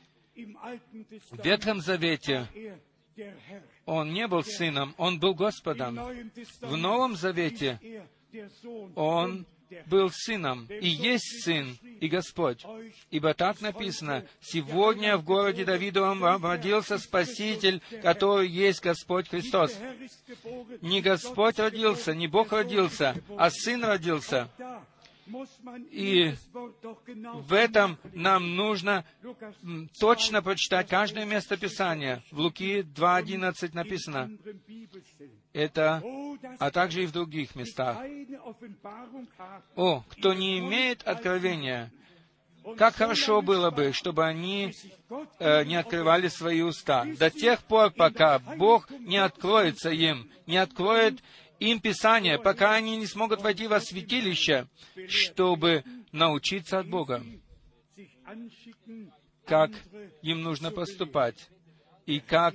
Speaker 1: В Ветхом Завете Он не был Сыном, Он был Господом. В Новом Завете Он был Сыном, и есть Сын, и Господь. Ибо так написано: «Сегодня в городе Давидовом вам родился Спаситель, который есть Господь Христос». Не Господь родился, не Бог родился, а Сын родился. И в этом нам нужно точно прочитать каждое место Писания. В Луки 2:11 написано это, а также и в других местах. «О, кто не имеет откровения, как хорошо было бы, чтобы они не открывали свои уста, до тех пор, пока Бог не откроется им, не откроет им Писание, пока они не смогут войти во святилище, чтобы научиться от Бога, как им нужно поступать, и как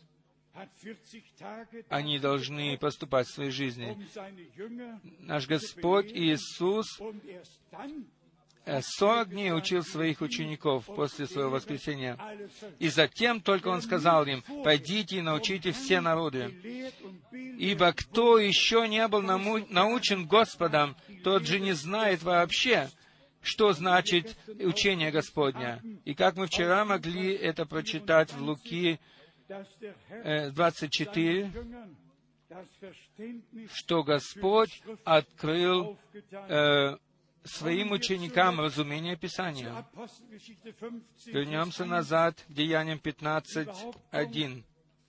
Speaker 1: они должны поступать в своей жизни». Наш Господь Иисус 40 дней учил своих учеников после своего воскресения. И затем только Он сказал им: «Пойдите и научите все народы. Ибо кто еще не был научен Господом, тот же не знает вообще, что значит учение Господня». И как мы вчера могли это прочитать в Луки 24, что Господь открыл своим ученикам разумение Писания. Вернемся назад к Деяниям 15:1.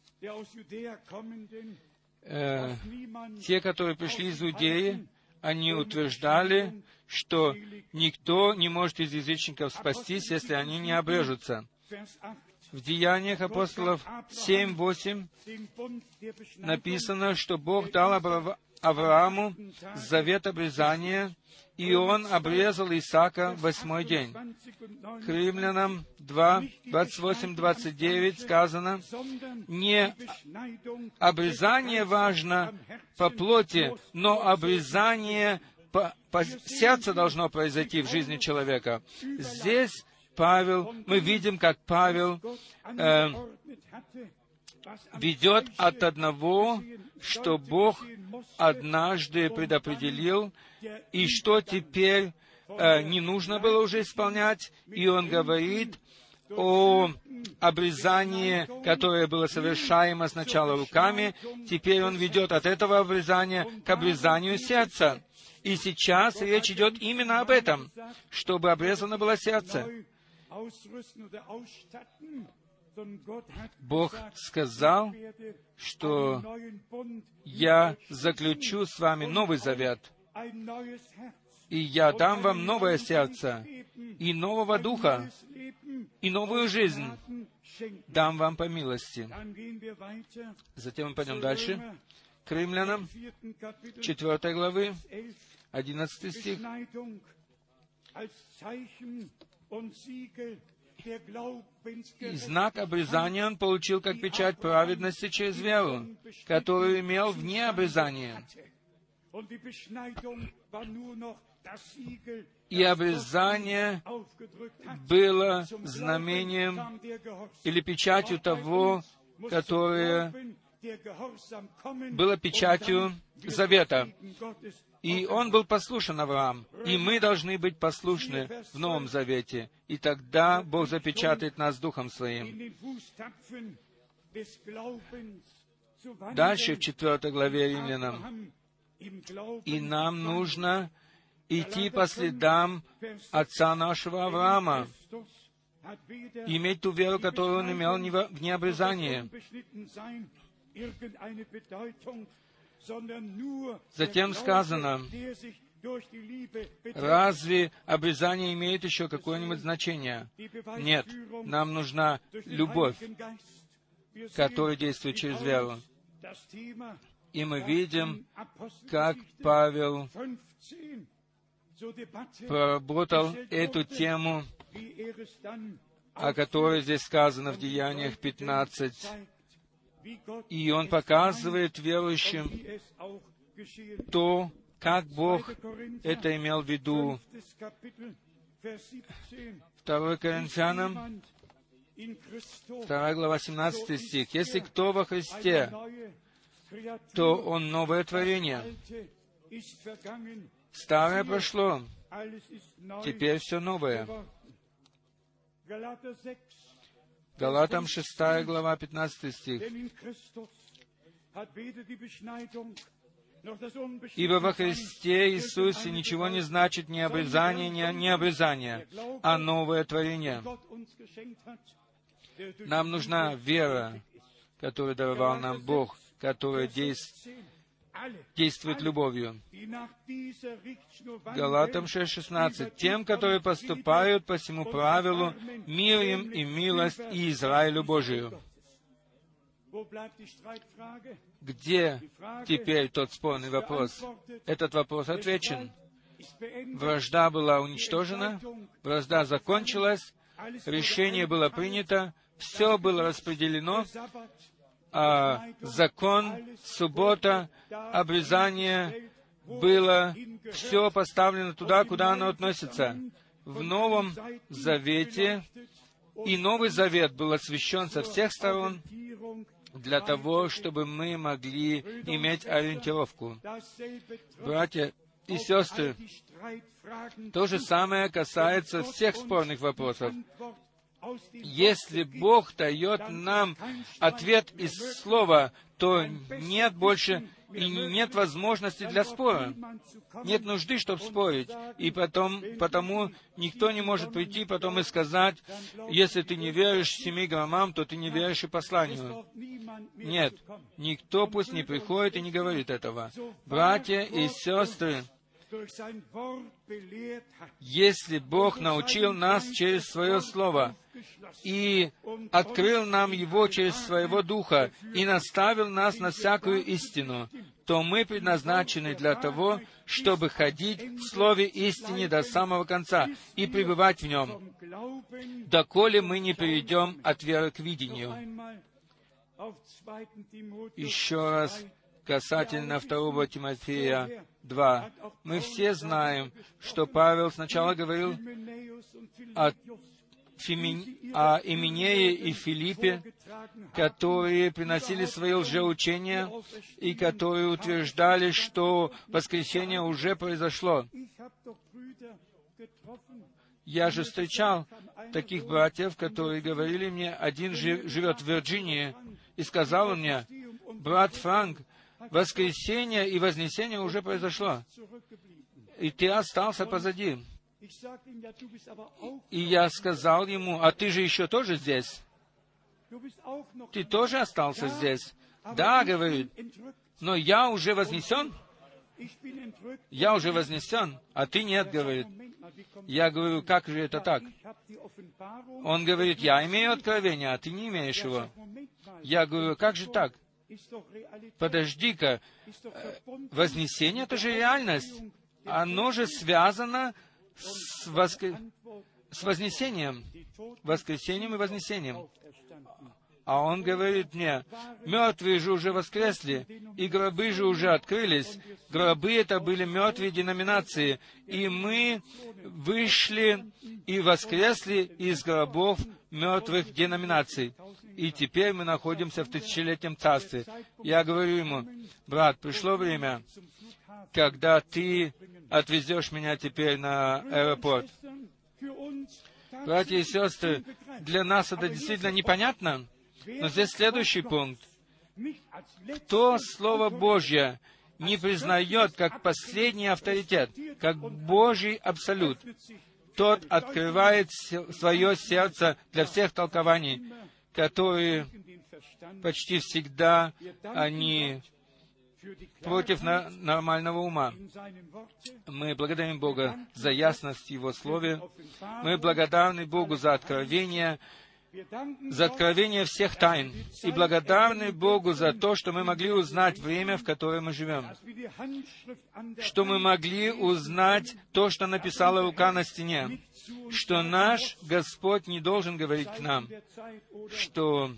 Speaker 1: Те, которые пришли из Иудеи, они утверждали, что никто не может из язычников спастись, если они не обрежутся. В Деяниях апостолов 7:8 написано, что Бог дал Аврааму завет обрезания, и он обрезал Исаака в 8-й день. К Римлянам 2:28-29 сказано: «Не обрезание важно по плоти, но обрезание по сердцу должно произойти в жизни человека». Здесь мы видим, как Павел ведет от одного, что Бог однажды предопределил, и что теперь не нужно было уже исполнять, и он говорит о обрезании, которое было совершаемо сначала руками, теперь он ведет от этого обрезания к обрезанию сердца. И сейчас речь идет именно об этом, чтобы обрезано было сердце. Бог сказал, что «Я заключу с вами новый завет, и я дам вам новое сердце, и нового духа, и новую жизнь дам вам по милости». Затем мы пойдем дальше, к Римлянам, 4 главы, 11 стих. «И знак обрезания он получил как печать праведности через веру, которую имел вне обрезания. И обрезание было знамением или печатью того, которое было печатью завета. И он был послушен, Авраам. И мы должны быть послушны в Новом Завете. И тогда Бог запечатает нас Духом Своим. Дальше, в 4 главе Римлянам. И нам нужно идти по следам отца нашего Авраама, иметь ту веру, которую он имел в необрезании. Затем сказано, разве обрезание имеет еще какое-нибудь значение? Нет, нам нужна любовь, которая действует через веру. И мы видим, как Павел проработал эту тему, о которой здесь сказано в Деяниях 15. И он показывает верующим то, как Бог это имел в виду. 2 Коринфянам, 2 глава, 17 стих. «Если кто во Христе, то он новое творение. Старое прошло, теперь все новое». Галатам 6 глава, 15 стих. «Ибо во Христе Иисусе ничего не значит ни обрезание, ни необрезание, а новое творение». Нам нужна вера, которую даровал нам Бог, которая действует любовью. Галатам 6:16. «Тем, которые поступают по всему правилу, мир им и милость и Израилю Божию». Где теперь тот спорный вопрос? Этот вопрос отвечен. Вражда была уничтожена, вражда закончилась, решение было принято, все было распределено, а закон, суббота, обрезание было все поставлено туда, куда оно относится. В Новом Завете, и Новый Завет был освящен со всех сторон для того, чтобы мы могли иметь ориентировку. Братья и сестры, то же самое касается всех спорных вопросов. Если Бог дает нам ответ из Слова, то нет больше и нет возможности для спора. Нет нужды, чтобы спорить. И потому никто не может прийти потом и сказать, если ты не веришь 7 громам, то ты не веришь и посланию. Нет, никто пусть не приходит и не говорит этого. Братья и сестры, если Бог научил нас через Свое Слово и открыл нам Его через Своего Духа и наставил нас на всякую истину, то мы предназначены для того, чтобы ходить в Слове истине до самого конца и пребывать в нем, доколе мы не перейдем от веры к видению. Еще раз касательно 2 Тимофея 2. Мы все знаем, что Павел сначала говорил о Именее и Филиппе, которые приносили свои лжеучения и которые утверждали, что воскресение уже произошло. Я же встречал таких братьев, которые говорили мне, один живет в Вирджинии, и сказал он мне, брат Франк, воскресение и вознесение уже произошло, и ты остался позади. И я сказал ему, а ты же еще тоже здесь? Ты тоже остался здесь? Да, говорит, но я уже вознесен? Я уже вознесен, а ты нет, говорит. Я говорю, как же это так? Он говорит, я имею откровение, а ты не имеешь его. Я говорю, как же так? Подожди-ка, вознесение — это же реальность. Оно же связано с вознесением. Воскресением и вознесением. А он говорит мне: мертвые же уже воскресли, и гробы же уже открылись. Гробы — это были мертвые деноминации, и мы вышли и воскресли из гробов мертвых деноминаций. И теперь мы находимся в тысячелетнем царстве. Я говорю ему: брат, пришло время, когда ты отвезешь меня теперь на аэропорт. Братья и сестры, для нас это действительно непонятно, но здесь следующий пункт. Кто Слово Божье не признает как последний авторитет, как Божий абсолют, тот открывает свое сердце для всех толкований, которые почти всегда они против нормального ума. Мы благодарим Бога за ясность в Его Слове. Мы благодарны Богу за откровение всех тайн. И благодарны Богу за то, что мы могли узнать время, в которое мы живем. Что мы могли узнать то, что написала рука на стене. Что наш Господь не должен говорить к нам, что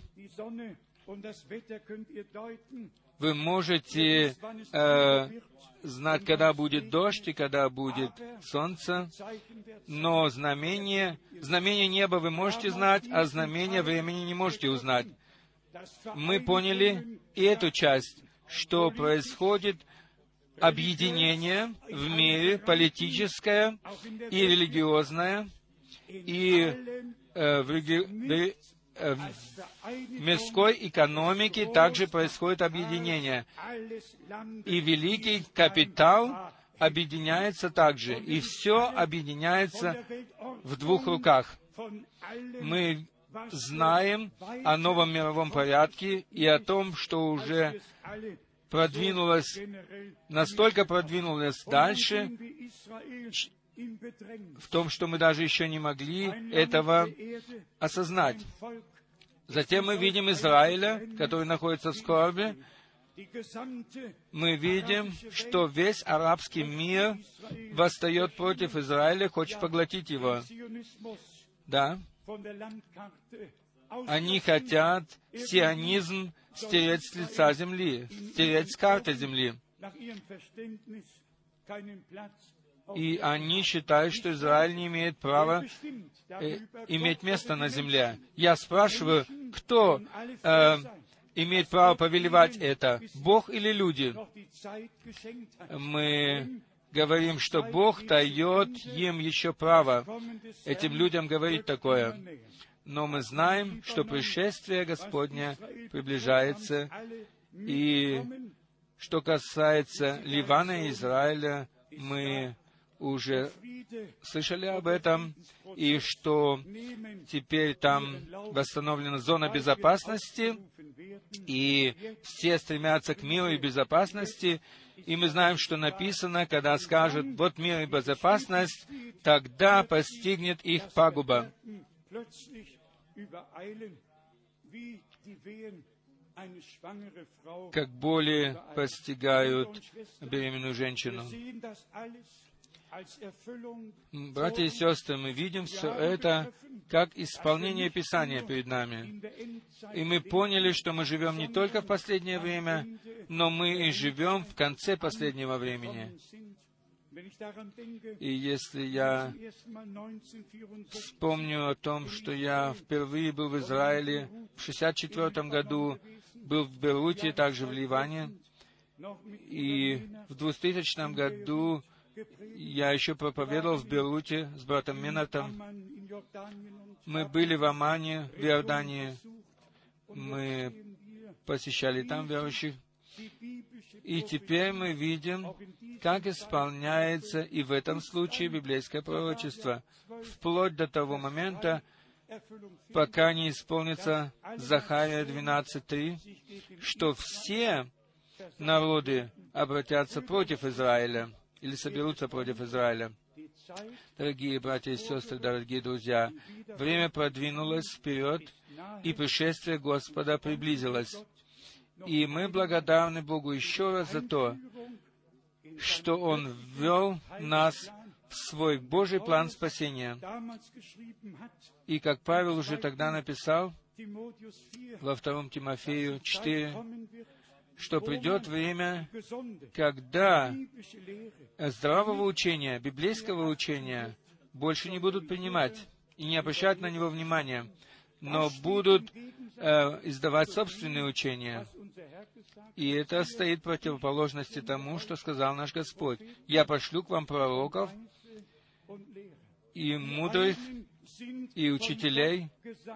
Speaker 1: вы можете знать, когда будет дождь и когда будет солнце, но знамение неба вы можете знать, а знамение времени не можете узнать. Мы поняли и эту часть, что происходит объединение в мире политическое и религиозное, и в мирской экономике также происходит объединение. И великий капитал объединяется также. И все объединяется в двух руках. Мы знаем о новом мировом порядке и о том, что уже настолько продвинулось дальше, в том, что мы даже еще не могли этого осознать. Затем мы видим Израиля, который находится в скорби. Мы видим, что весь арабский мир восстает против Израиля, хочет поглотить его. Да. Они хотят сионизм стереть с лица земли, стереть с карты земли. И они считают, что Израиль не имеет права иметь место на земле. Я спрашиваю, кто имеет право повелевать это, Бог или люди? Мы говорим, что Бог дает им еще право, этим людям говорить такое. Но мы знаем, что пришествие Господне приближается, и что касается Ливана и Израиля, мы уже слышали об этом, и что теперь там восстановлена зона безопасности, и все стремятся к миру и безопасности, и мы знаем, что написано, когда скажут: «Вот мир и безопасность», тогда постигнет их пагуба. Как боли постигают беременную женщину. Братья и сестры, мы видим все это как исполнение Писания перед нами. И мы поняли, что мы живем не только в последнее время, но мы и живем в конце последнего времени. И если я вспомню о том, что я впервые был в Израиле в 1964 году, был в Бейруте, также в Ливане, и в 2000 году я еще проповедовал в Бейруте с братом Минартом. Мы были в Омане, в Иордании. Мы посещали там верующих. И теперь мы видим, как исполняется и в этом случае библейское пророчество, вплоть до того момента, пока не исполнится Захария 12:3, что все народы обратятся против Израиля или соберутся против Израиля. Дорогие братья и сестры, дорогие друзья, время продвинулось вперед, и пришествие Господа приблизилось. И мы благодарны Богу еще раз за то, что Он ввел нас в свой Божий план спасения. И, как Павел уже тогда написал, во 2 Тимофею 4, что придет время, когда здравого учения, библейского учения больше не будут принимать и не обращать на него внимания, но будут издавать собственные учения. И это стоит в противоположности тому, что сказал наш Господь. «Я пошлю к вам пророков и мудрых, и учителей».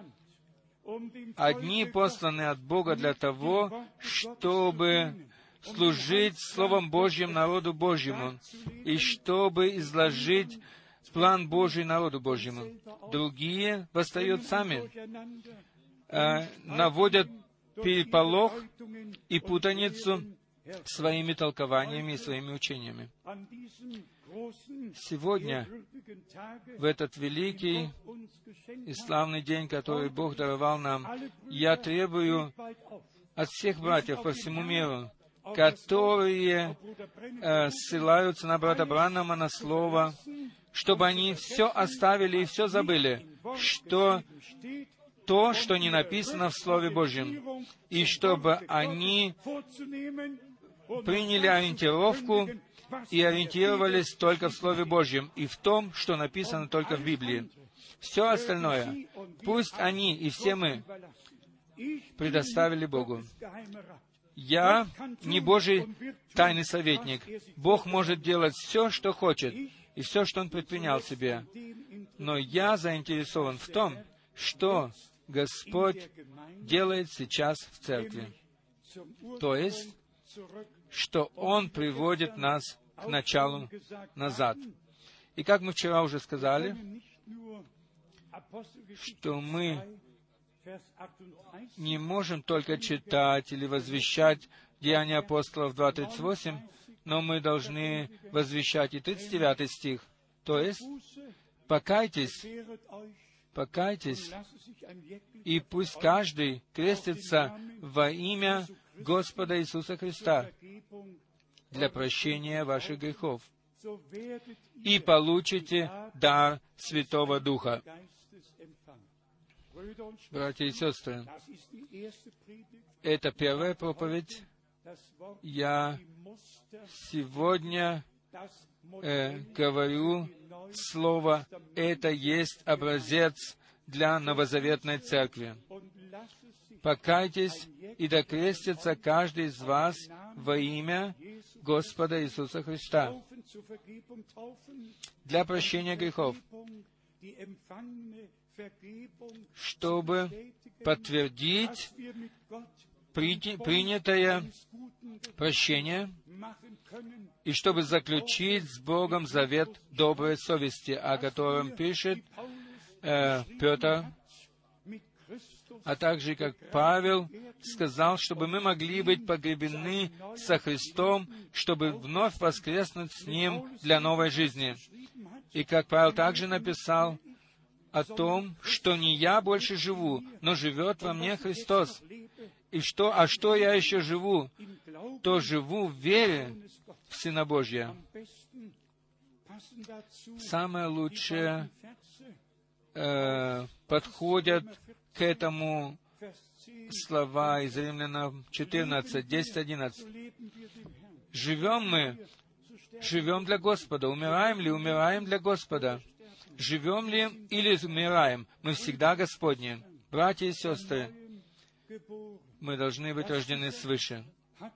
Speaker 1: Одни посланы от Бога для того, чтобы служить Словом Божьим народу Божьему, и чтобы изложить план Божий народу Божьему. Другие восстают сами, наводят переполох и путаницу своими толкованиями и своими учениями. Сегодня, в этот великий и славный день, который Бог даровал нам, я требую от всех братьев по всему миру, которые ссылаются на брата Бранхама, на слово, чтобы они все оставили и все забыли, что то, что не написано в Слове Божьем, и чтобы они приняли ориентировку и ориентировались только в Слове Божьем и в том, что написано только в Библии. Все остальное, пусть они и все мы предоставили Богу. Я не Божий тайный советник. Бог может делать все, что хочет, и все, что Он предпринял себе. Но я заинтересован в том, что Господь делает сейчас в церкви. То есть, что Он приводит нас к началу назад. И как мы вчера уже сказали, что мы не можем только читать или возвещать Деяния апостолов 2:38, но мы должны возвещать и 39 стих. То есть, покайтесь, и пусть каждый крестится во имя Господа Иисуса Христа для прощения ваших грехов, и получите дар Святого Духа. Братья и сестры, это первая проповедь. Я сегодня говорю слово, это есть образец для новозаветной церкви. Покайтесь, и да крестится каждый из вас во имя Господа Иисуса Христа для прощения грехов, чтобы подтвердить принятое прощение и чтобы заключить с Богом завет доброй совести, о котором пишет Петр, а также, как Павел сказал, чтобы мы могли быть погребены со Христом, чтобы вновь воскреснуть с Ним для новой жизни. И как Павел также написал о том, что не я больше живу, но живет во мне Христос. И что я еще живу? То живу в вере в Сына Божия. Самое лучшее подходят к этому слова из Римлянам 14, 10, 11. Живем для Господа. Умираем ли? Умираем для Господа. Живем ли или умираем? Мы всегда Господни. Братья и сестры, мы должны быть рождены свыше.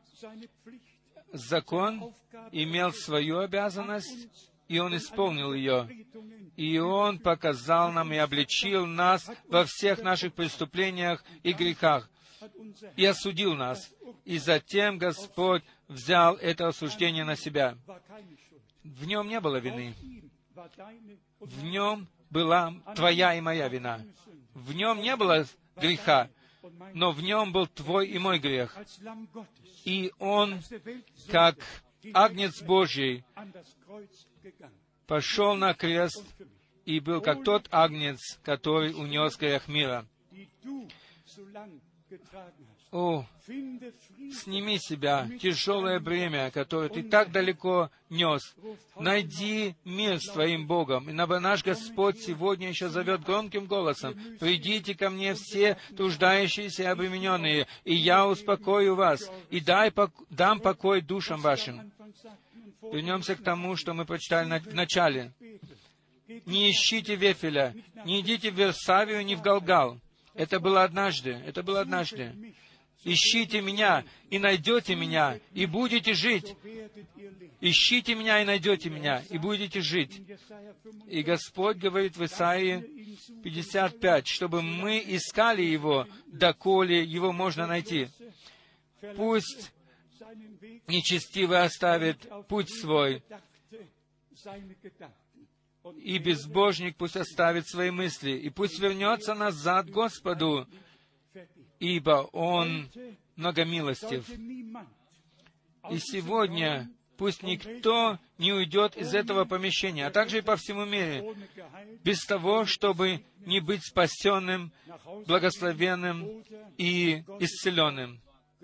Speaker 1: Закон имел свою обязанность, и Он исполнил ее. И Он показал нам и обличил нас во всех наших преступлениях и грехах, и осудил нас. И затем Господь взял это осуждение на себя. В Нем не было вины. В Нем была твоя и моя вина. В Нем не было греха, но в Нем был твой и мой грех. И Он, как Агнец Божий, пошел на крест и был как тот Агнец, который унес грех мира. О, сними с себя тяжелое бремя, которое ты так далеко нес. Найди мир с твоим Богом. И наш Господь сегодня еще зовет громким голосом: «Придите ко мне все труждающиеся и обремененные, и я успокою вас, и дам покой душам вашим». Вернемся к тому, что мы прочитали в начале. «Не ищите Вефеля, не идите в Версавию, ни в Галгал». Это было однажды. «Ищите Меня, и найдете Меня, и будете жить». «Ищите Меня, и найдете Меня, и будете жить». И Господь говорит в Исаии 55, чтобы мы искали Его, доколе Его можно найти. Пусть нечестивый оставит путь свой, и безбожник пусть оставит свои мысли, и пусть вернется назад к Господу, ибо Он многомилостив. И сегодня пусть никто не уйдет из этого помещения, а также и по всему миру, без того, чтобы не быть спасенным, благословенным и исцеленным.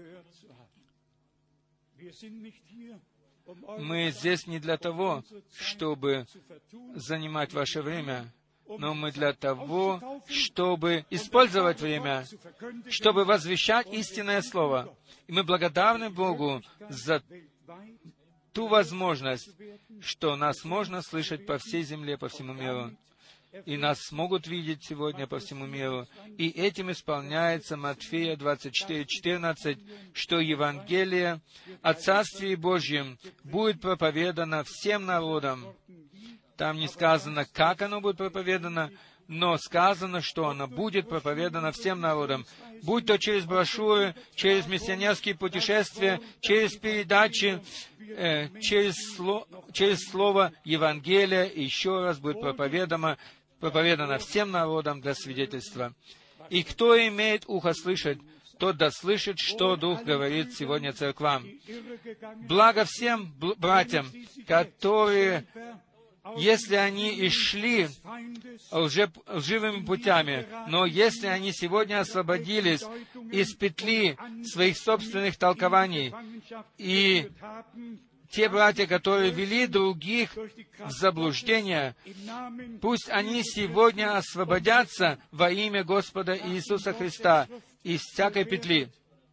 Speaker 1: Мы здесь не для того, чтобы занимать ваше время, но мы для того, чтобы использовать время, чтобы возвещать истинное Слово. И мы благодарны Богу за ту возможность, что нас можно слышать по всей земле, по всему миру. И нас могут видеть сегодня по всему миру. И этим исполняется Матфея 24:14, что Евангелие о Царстве Божьем будет проповедано всем народам. Там не сказано, как оно будет проповедано, но сказано, что оно будет проповедано всем народам. Будь то через брошюры, через миссионерские путешествия, через передачи, через слово Евангелия, еще раз будет проповедано всем народам для свидетельства. И кто имеет ухо слышать, тот да слышит, что Дух говорит сегодня церквам. Благо всем братьям, которые, если они и шли лживыми путями, но если они сегодня освободились из петли своих собственных толкований, и те братья, которые вели других в заблуждение, пусть они сегодня освободятся во имя Господа Иисуса Христа из всякой петли.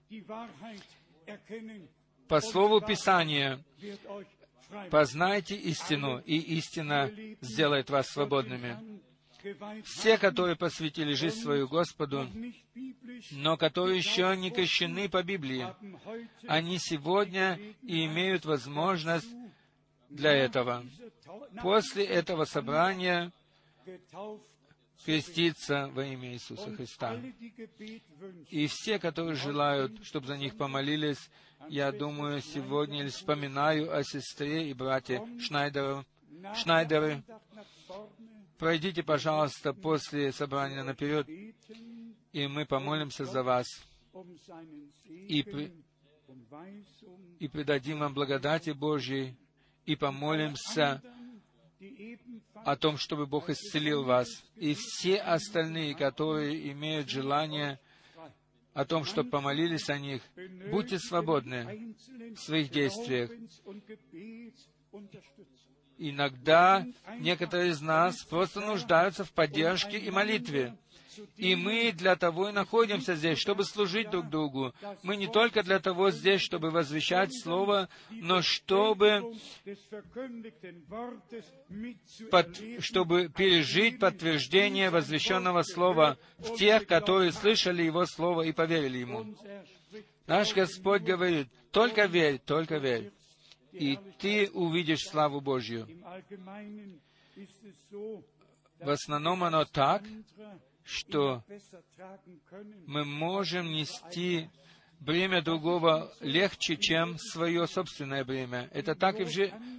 Speaker 1: По слову Писания, познайте истину, и истина сделает вас свободными. Все, которые посвятили жизнь свою Господу, но которые еще не крещены по Библии, они сегодня и имеют возможность для этого. После этого собрания креститься во имя Иисуса Христа. И все, которые желают, чтобы за них помолились, я думаю, сегодня вспоминаю о сестре и брате Шнайдеры. Пройдите, пожалуйста, после собрания наперед, и мы помолимся за вас, и предадим вам благодати Божьей, и помолимся о том, чтобы Бог исцелил вас. И все остальные, которые имеют желание о том, чтобы помолились о них, будьте свободны в своих действиях. Иногда некоторые из нас просто нуждаются в поддержке и молитве. И мы для того и находимся здесь, чтобы служить друг другу. Мы не только для того здесь, чтобы возвещать Слово, но чтобы пережить подтверждение возвещенного Слова в тех, которые слышали Его Слово и поверили Ему. Наш Господь говорит: «Только верь, только верь, и ты увидишь славу Божью». В основном оно так, что мы можем нести бремя другого легче, чем свое собственное бремя. Это так и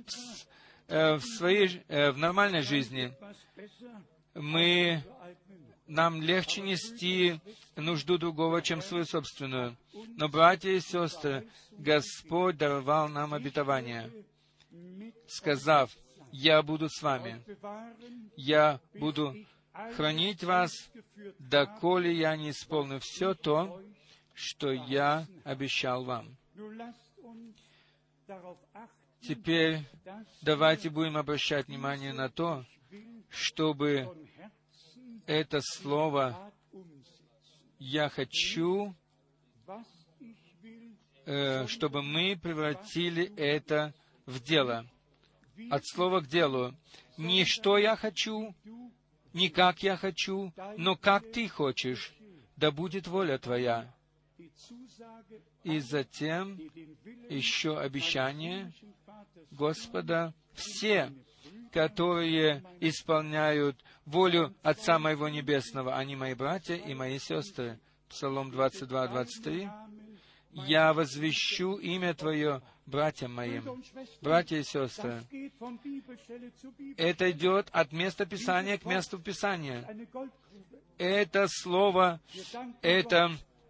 Speaker 1: в нормальной жизни. Нам легче нести нужду другого, чем свою собственную. Но, братья и сестры, Господь даровал нам обетование, сказав: «Я буду с вами, я буду хранить вас, доколе я не исполню все то, что я обещал вам. Теперь давайте будем обращать внимание на то, чтобы это слово «я хочу», чтобы мы превратили это в дело. От слова к делу. Не что я хочу, не как я хочу, но как ты хочешь, да будет воля твоя. И затем еще обещание Господа. Все, которые исполняют волю Отца Моего Небесного, они мои братья и мои сестры. Псалом 22, 23. «Я возвещу имя Твое братьям моим». Братья и сестры, это идет от места Писания к месту Писания. Это слово, это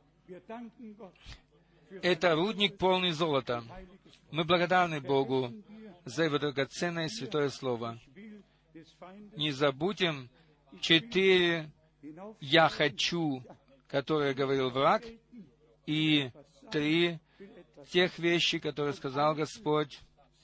Speaker 1: рудник, полный золота. Мы благодарны Богу за Его драгоценное святое слово. Не забудем 4 «я хочу», которые говорил враг, и 3 тех вещи, которые сказал Господь: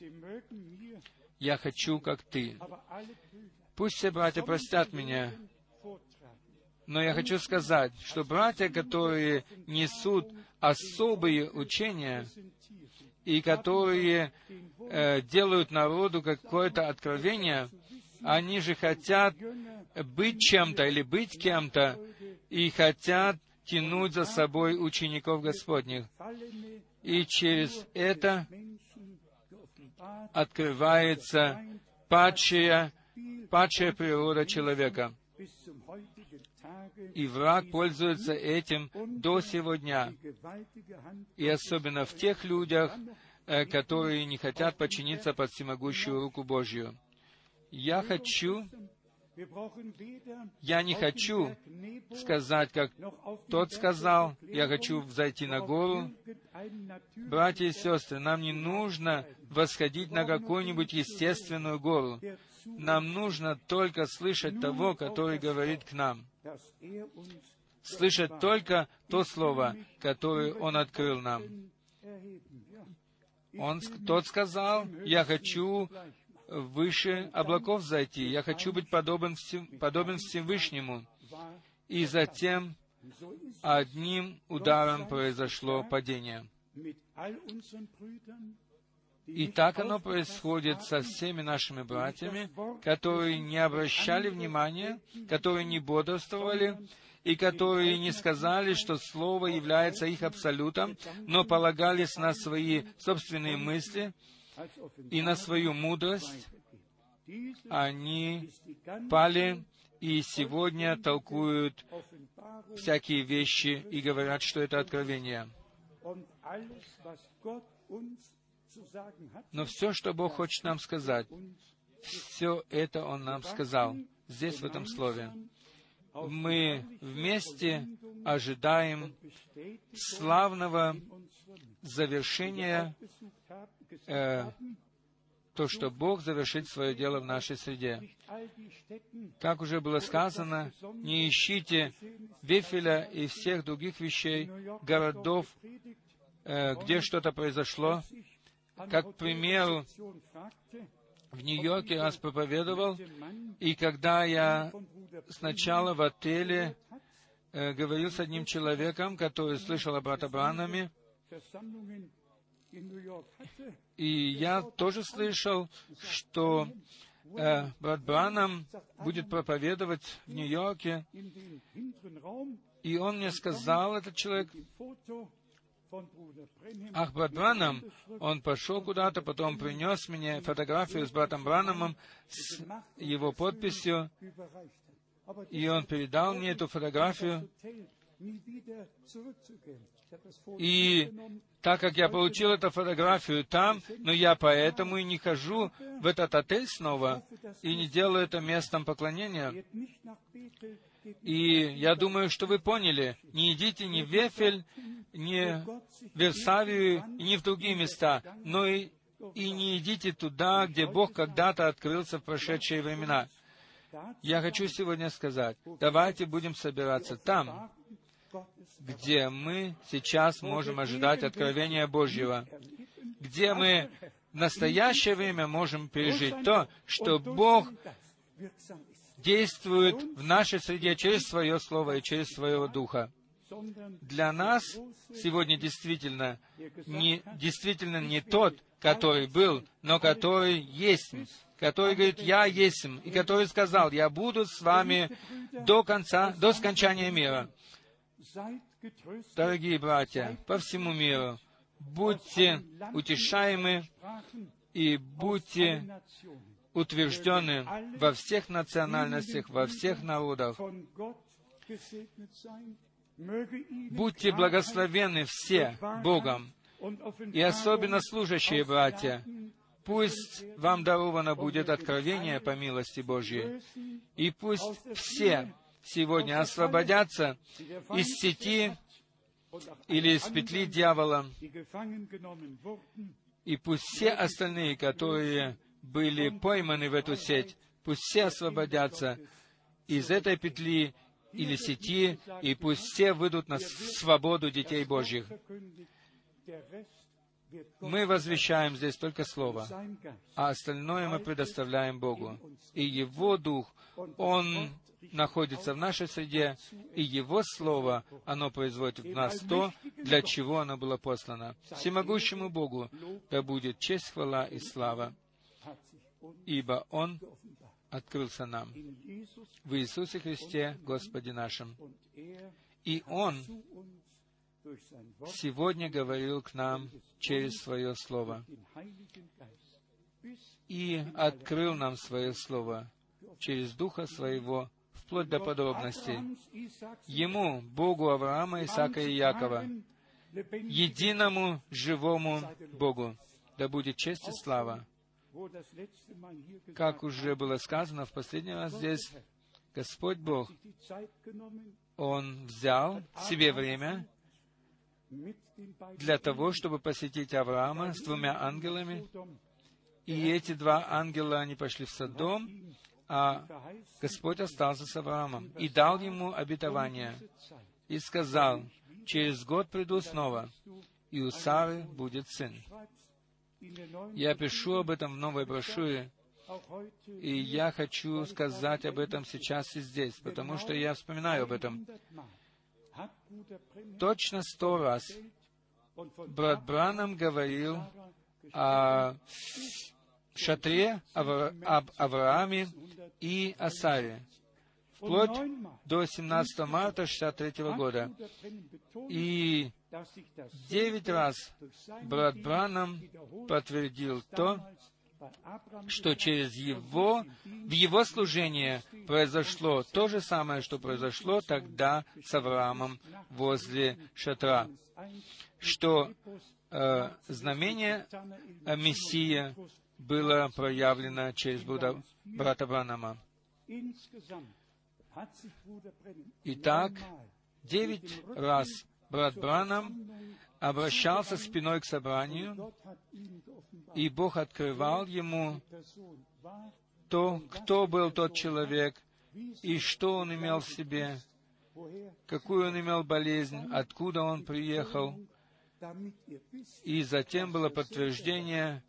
Speaker 1: «Я хочу, как ты». Пусть все братья простят меня, но я хочу сказать, что братья, которые несут особые учения и которые делают народу какое-то откровение, они же хотят быть чем-то или быть кем-то, и хотят тянуть за собой учеников Господних. И через это открывается падшая природа человека. И враг пользуется этим до сего дня. И особенно в тех людях, которые не хотят подчиниться под всемогущую руку Божью. Я не хочу сказать, как тот сказал, я хочу взойти на гору. Братья и сестры, нам не нужно восходить на какую-нибудь естественную гору. Нам нужно только слышать того, который говорит к нам. Слышать только то слово, которое Он открыл нам. Тот сказал, я хочу выше облаков зайти, я хочу быть подобен Всевышнему. И затем одним ударом произошло падение. И так оно происходит со всеми нашими братьями, которые не обращали внимания, которые не бодрствовали, и которые не сказали, что Слово является их абсолютом, но полагались на свои собственные мысли и на свою мудрость. Они пали и сегодня толкуют всякие вещи и говорят, что это откровение. Но все, что Бог хочет нам сказать, все это Он нам сказал здесь, в этом слове. Мы вместе ожидаем славного завершения, то, что Бог завершит свое дело в нашей среде. Как уже было сказано, не ищите Вефеля и всех других вещей, городов, где что-то произошло. Как, к примеру, в Нью-Йорке раз проповедовал, и когда я сначала в отеле говорил с одним человеком, который слышал о брате Бранхаме, и я тоже слышал, что брат Бранхам будет проповедовать в Нью-Йорке, и он мне сказал, этот человек: «Ах, брат Бранхам, он пошел куда-то, потом принес мне фотографию с братом Бранхамом, с его подписью, и он передал мне эту фотографию. И так как я получил эту фотографию там, но я поэтому и не хожу в этот отель снова, и не делаю это местом поклонения. И я думаю, что вы поняли, не идите ни в Вефель, ни в Версавию, ни в другие места, но и не идите туда, где Бог когда-то открылся в прошедшие времена. Я хочу сегодня сказать, давайте будем собираться там, где мы сейчас можем ожидать откровения Божьего, где мы в настоящее время можем пережить то, что Бог действует в нашей среде через Свое Слово и через Своего Духа. Для нас сегодня действительно не тот, который был, но который есть, который говорит, «Я есть», и который сказал, «Я буду с вами до конца, до скончания мира». Дорогие братья, по всему миру, будьте утешаемы и будьте утверждены во всех национальностях, во всех народах. Будьте благословенны все Богом, и особенно служащие братья. Пусть вам даровано будет откровение по милости Божьей, и пусть все сегодня освободятся из сети или из петли дьявола, и пусть все остальные, которые были пойманы в эту сеть, пусть все освободятся из этой петли или сети, и пусть все выйдут на свободу детей Божьих. Мы возвещаем здесь только Слово, а остальное мы предоставляем Богу. И Его Дух, Он находится в нашей среде, и Его Слово, оно производит в нас то, для чего оно было послано. Всемогущему Богу да будет честь, хвала и слава, ибо Он открылся нам в Иисусе Христе, Господе нашим. И Он сегодня говорил к нам через Свое Слово и открыл нам Свое Слово через Духа Своего, вплоть до подробностей. Ему, Богу Авраама, Исаака и Якова, единому живому Богу, да будет честь и слава. Как уже было сказано в последний раз здесь, Господь Бог, Он взял себе время для того, чтобы посетить Авраама с двумя ангелами, и эти два ангела, они пошли в Содом, а Господь остался с Авраамом и дал ему обетование, и сказал, через год приду снова, и у Сары будет сын. Я пишу об этом в новой брошюре, и я хочу сказать об этом сейчас и здесь, потому что я вспоминаю об этом. Точно 100 раз брат Бранам говорил о шатре, об Аврааме и о Саре, вплоть до 17 марта 1963 года. И 9 раз брат Бранам подтвердил то, что в его служение произошло то же самое, что произошло тогда с Авраамом возле шатра, что знамение Мессия было проявлено через брата Бранама. Итак, 9 раз брат Бранам обращался спиной к собранию, и Бог открывал ему то, кто был тот человек, и что он имел в себе, какую он имел болезнь, откуда он приехал. И затем было подтверждение,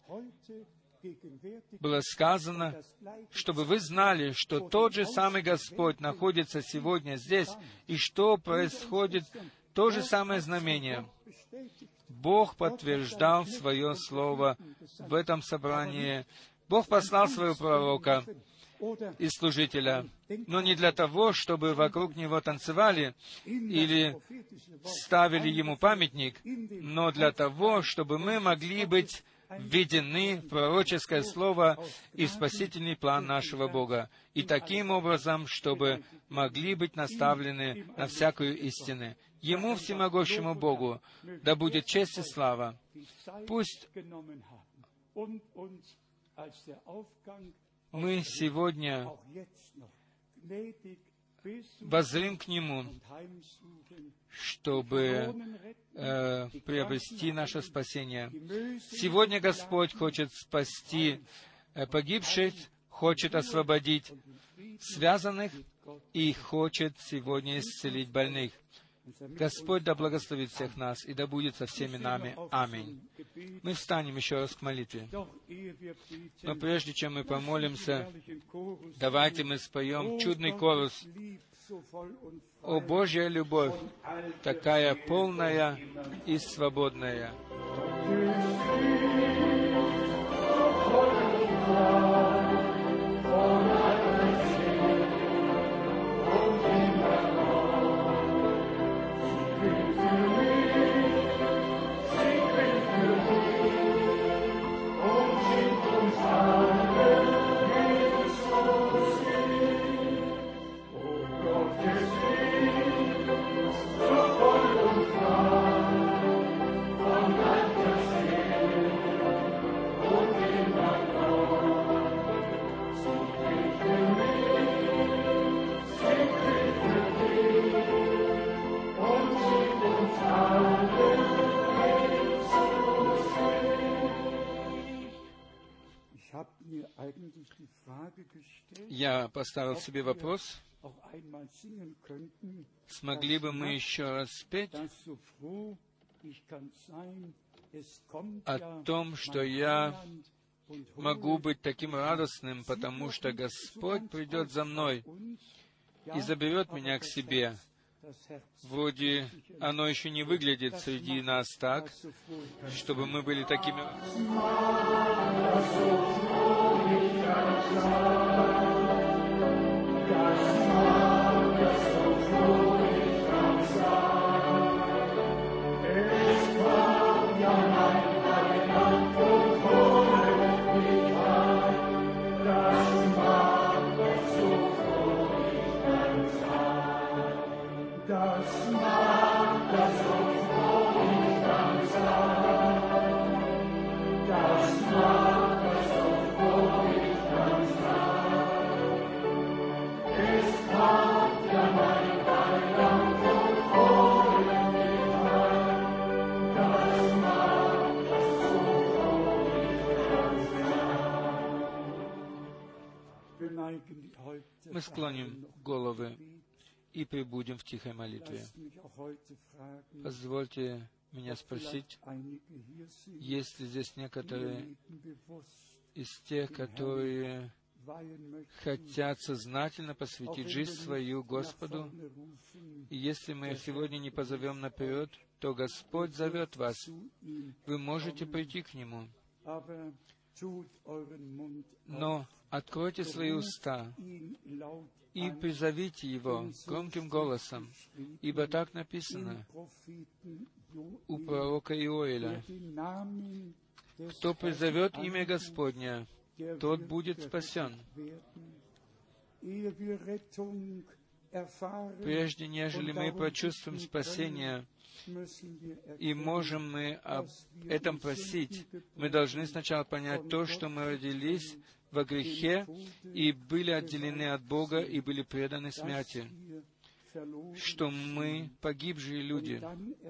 Speaker 1: было сказано, чтобы вы знали, что тот же самый Господь находится сегодня здесь, и что происходит то же самое знамение. Бог подтверждал Свое Слово в этом собрании. Бог послал Своего пророка и служителя, но не для того, чтобы вокруг него танцевали или ставили ему памятник, но для того, чтобы мы могли быть введены в пророческое слово и в спасительный план нашего Бога, и таким образом, чтобы могли быть наставлены на всякую истину. Ему, всемогущему Богу, да будет честь и слава. Пусть мы сегодня воззрим к Нему, чтобы приобрести наше спасение. Сегодня Господь хочет спасти погибших, хочет освободить связанных и хочет сегодня исцелить больных. Господь да благословит всех нас и да будет со всеми нами. Аминь. Мы встанем еще раз к молитве. Но прежде чем мы помолимся, давайте мы споем чудный хорус. «О Божья любовь, такая полная и свободная». Я поставил себе вопрос, смогли бы мы еще раз спеть о том, что я могу быть таким радостным, потому что Господь придет за мной и заберет меня к себе. Вроде оно еще не выглядит среди нас так, чтобы мы были такими... Мы склоним головы и пребудем в тихой молитве. Позвольте меня спросить, есть ли здесь некоторые из тех, которые хотят сознательно посвятить жизнь свою Господу, и если мы сегодня не позовем наперед, то Господь зовет вас. Вы можете прийти к Нему. Но откройте свои уста и призовите Его громким голосом, ибо так написано у пророка Иоэля: «Кто призовет имя Господня, тот будет спасен». Прежде нежели мы почувствуем спасение, и можем мы об этом просить, мы должны сначала понять то, что мы родились во грехе и были отделены от Бога и были преданы смерти, что мы погибшие люди.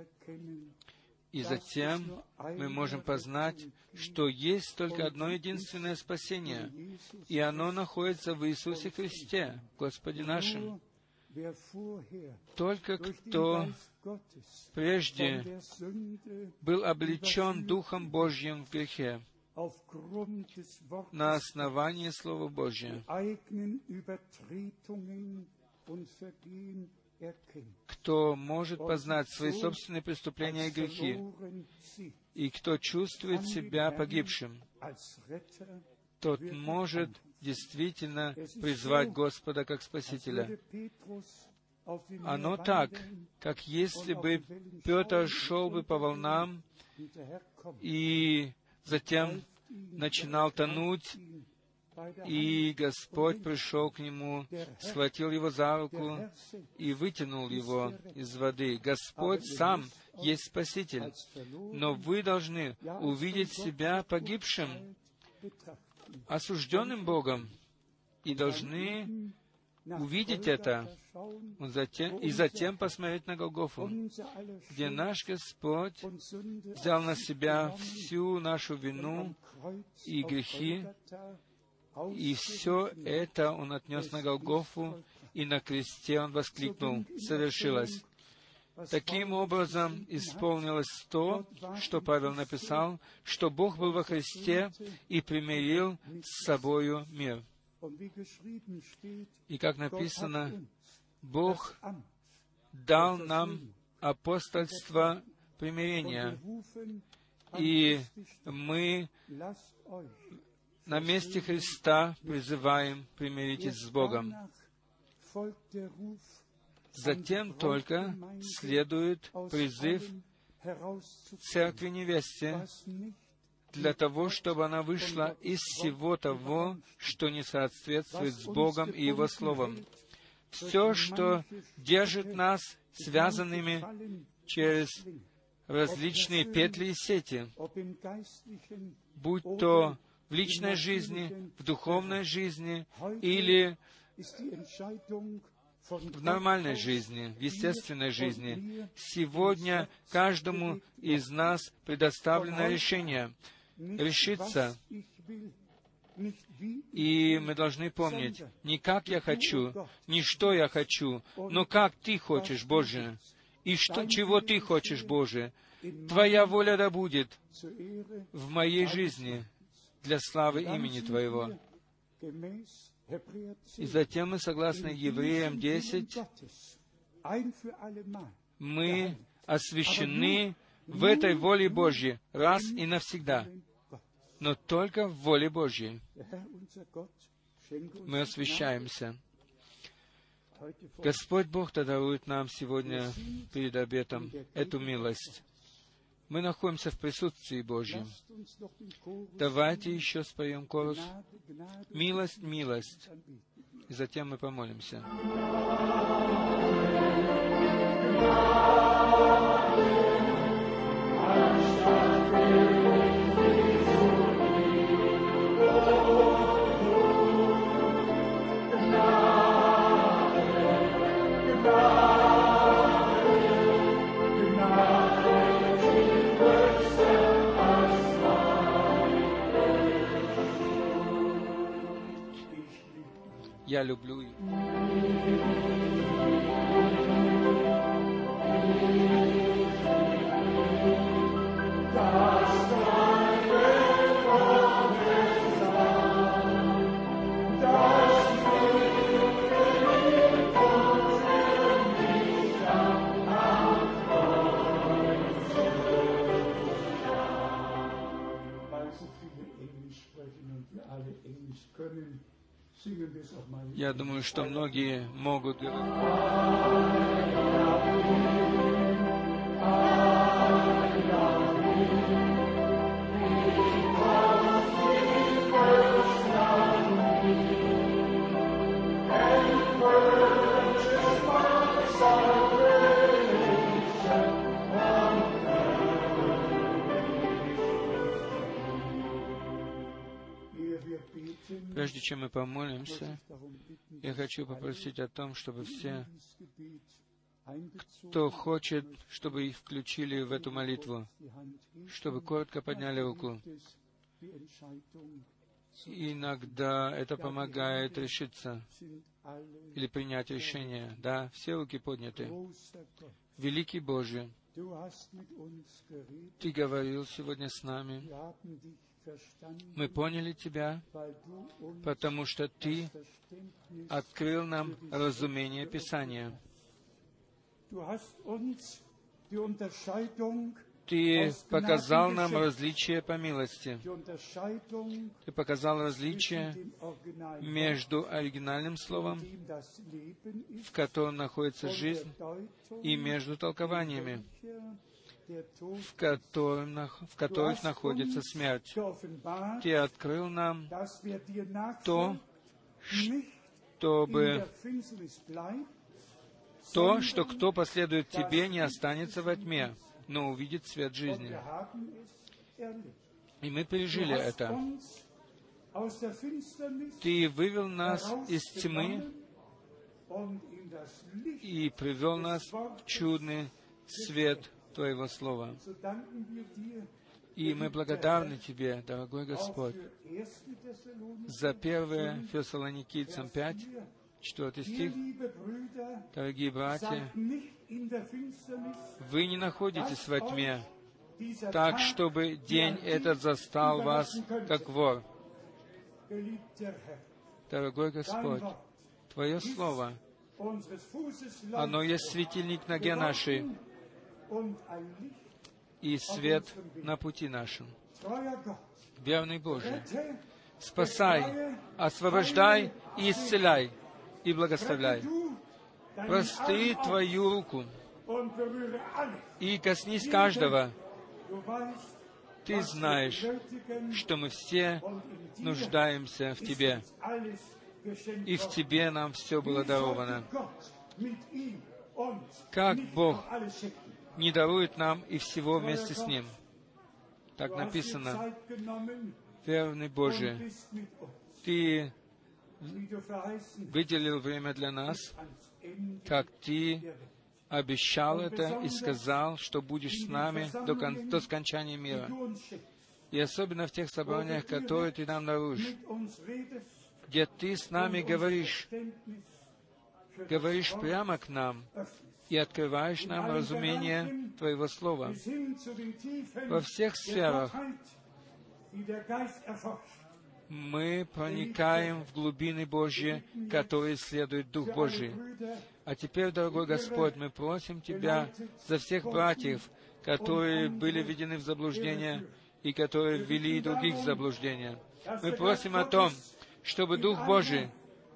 Speaker 1: И затем мы можем познать, что есть только одно единственное спасение, и оно находится в Иисусе Христе, Господе нашим. Только кто прежде был облечен Духом Божьим в грехе на основании Слова Божьего, кто может познать свои собственные преступления и грехи, и кто чувствует себя погибшим, тот может действительно призвать Господа как Спасителя. Оно так, как если бы Петр шел бы по волнам и затем начинал тонуть, и Господь пришел к нему, схватил его за руку и вытянул его из воды. Господь сам есть Спаситель, но вы должны увидеть себя погибшим, осужденным Богом, и должны увидеть это, и затем посмотреть на Голгофу, где наш Господь взял на себя всю нашу вину и грехи, и все это Он отнес на Голгофу, и на кресте Он воскликнул: «Совершилось». Таким образом исполнилось то, что Павел написал, что Бог был во Христе и примирил с собою мир. И как написано, Бог дал нам апостольство примирения, и мы на месте Христа призываем: примиритесь с Богом. Затем только следует призыв церкви невесте для того, чтобы она вышла из всего того, что не соответствует с Богом и Его Словом. Все, что держит нас связанными через различные петли и сети, будь то в личной жизни, в духовной жизни или в нормальной жизни, в естественной жизни. Сегодня каждому из нас предоставлено решение решиться. И мы должны помнить, не как я хочу, не что я хочу, но как Ты хочешь, Боже, и чего Ты хочешь, Боже. Твоя воля да будет в моей жизни для славы имени Твоего. И затем мы, согласно Евреям 10, мы освящены в этой воле Божьей раз и навсегда, но только в воле Божьей мы освящаемся. Господь Бог дарует нам сегодня перед обетом эту милость. Мы находимся в присутствии Божьем. Давайте еще споем колос «Милость, милость», и затем мы помолимся. Я люблю их. Я думаю, что многие могут Прежде чем мы помолимся, я хочу попросить о том, чтобы все, кто хочет, чтобы их включили в эту молитву, чтобы коротко подняли руку. Иногда это помогает решиться или принять решение. Да, все руки подняты. Великий Боже, Ты говорил сегодня с нами. Мы поняли Тебя, потому что Ты открыл нам разумение Писания. Ты показал нам различие по милости. Ты показал различие между оригинальным словом, в котором находится жизнь, и между толкованиями, в которых находится смерть. Ты открыл нам то, что кто последует Тебе, не останется во тьме, но увидит свет жизни. И мы пережили это. Ты вывел нас из тьмы и привел нас в чудный свет Твоего Слова. И мы благодарны Тебе, дорогой Господь, за 1 Фессалоникийцам 5, 4 стих. Дорогие братья, вы не находитесь во тьме, так, чтобы день этот застал вас, как вор. Дорогой Господь, Твое Слово, оно есть светильник ноге нашей и свет на пути нашем. Верный Боже, спасай, освобождай и исцеляй, и благословляй. Простри Твою руку и коснись каждого. Ты знаешь, что мы все нуждаемся в Тебе, и в Тебе нам все было даровано. Как Бог не дарует нам и всего вместе с Ним? Так написано: верный Боже, Ты выделил время для нас, как Ты обещал это и сказал, что будешь с нами до скончания мира. И особенно в тех собраниях, которые Ты нам даруешь, где Ты с нами говоришь прямо к нам и открываешь нам разумение Твоего Слова во всех сферах. Мы проникаем в глубины Божьи, которые исследует Дух Божий. А теперь, дорогой Господь, мы просим Тебя за всех братьев, которые были введены в заблуждение и которые ввели других в заблуждение. Мы просим о том, чтобы Дух Божий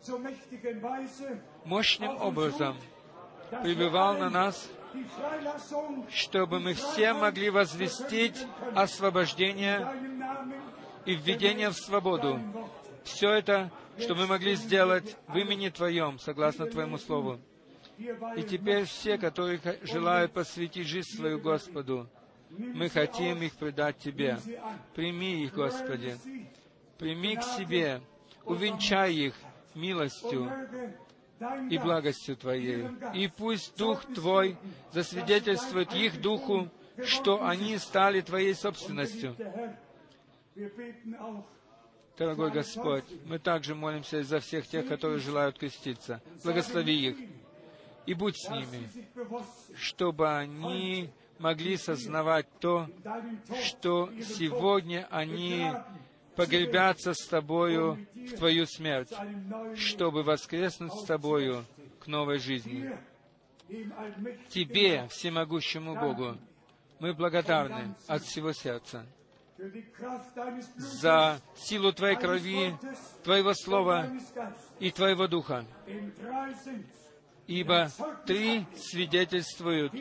Speaker 1: мощным образом пребывал на нас, чтобы мы все могли возвестить освобождение и введение в свободу. Все это, что мы могли сделать в имени Твоем, согласно Твоему Слову. И теперь все, которые желают посвятить жизнь свою Господу, мы хотим их предать Тебе. Прими их, Господи. Прими к себе, увенчай их милостью и благостью Твоей. И пусть Дух Твой засвидетельствует их духу, что они стали Твоей собственностью. Дорогой Господь, мы также молимся за всех тех, которые желают креститься. Благослови их и будь с ними, чтобы они могли сознавать то, что сегодня они погребятся с Тобою в Твою смерть, чтобы воскреснуть с Тобою к новой жизни. Тебе, всемогущему Богу, мы благодарны от всего сердца за силу Твоей крови, Твоего Слова и Твоего Духа. Ибо Три свидетельствуют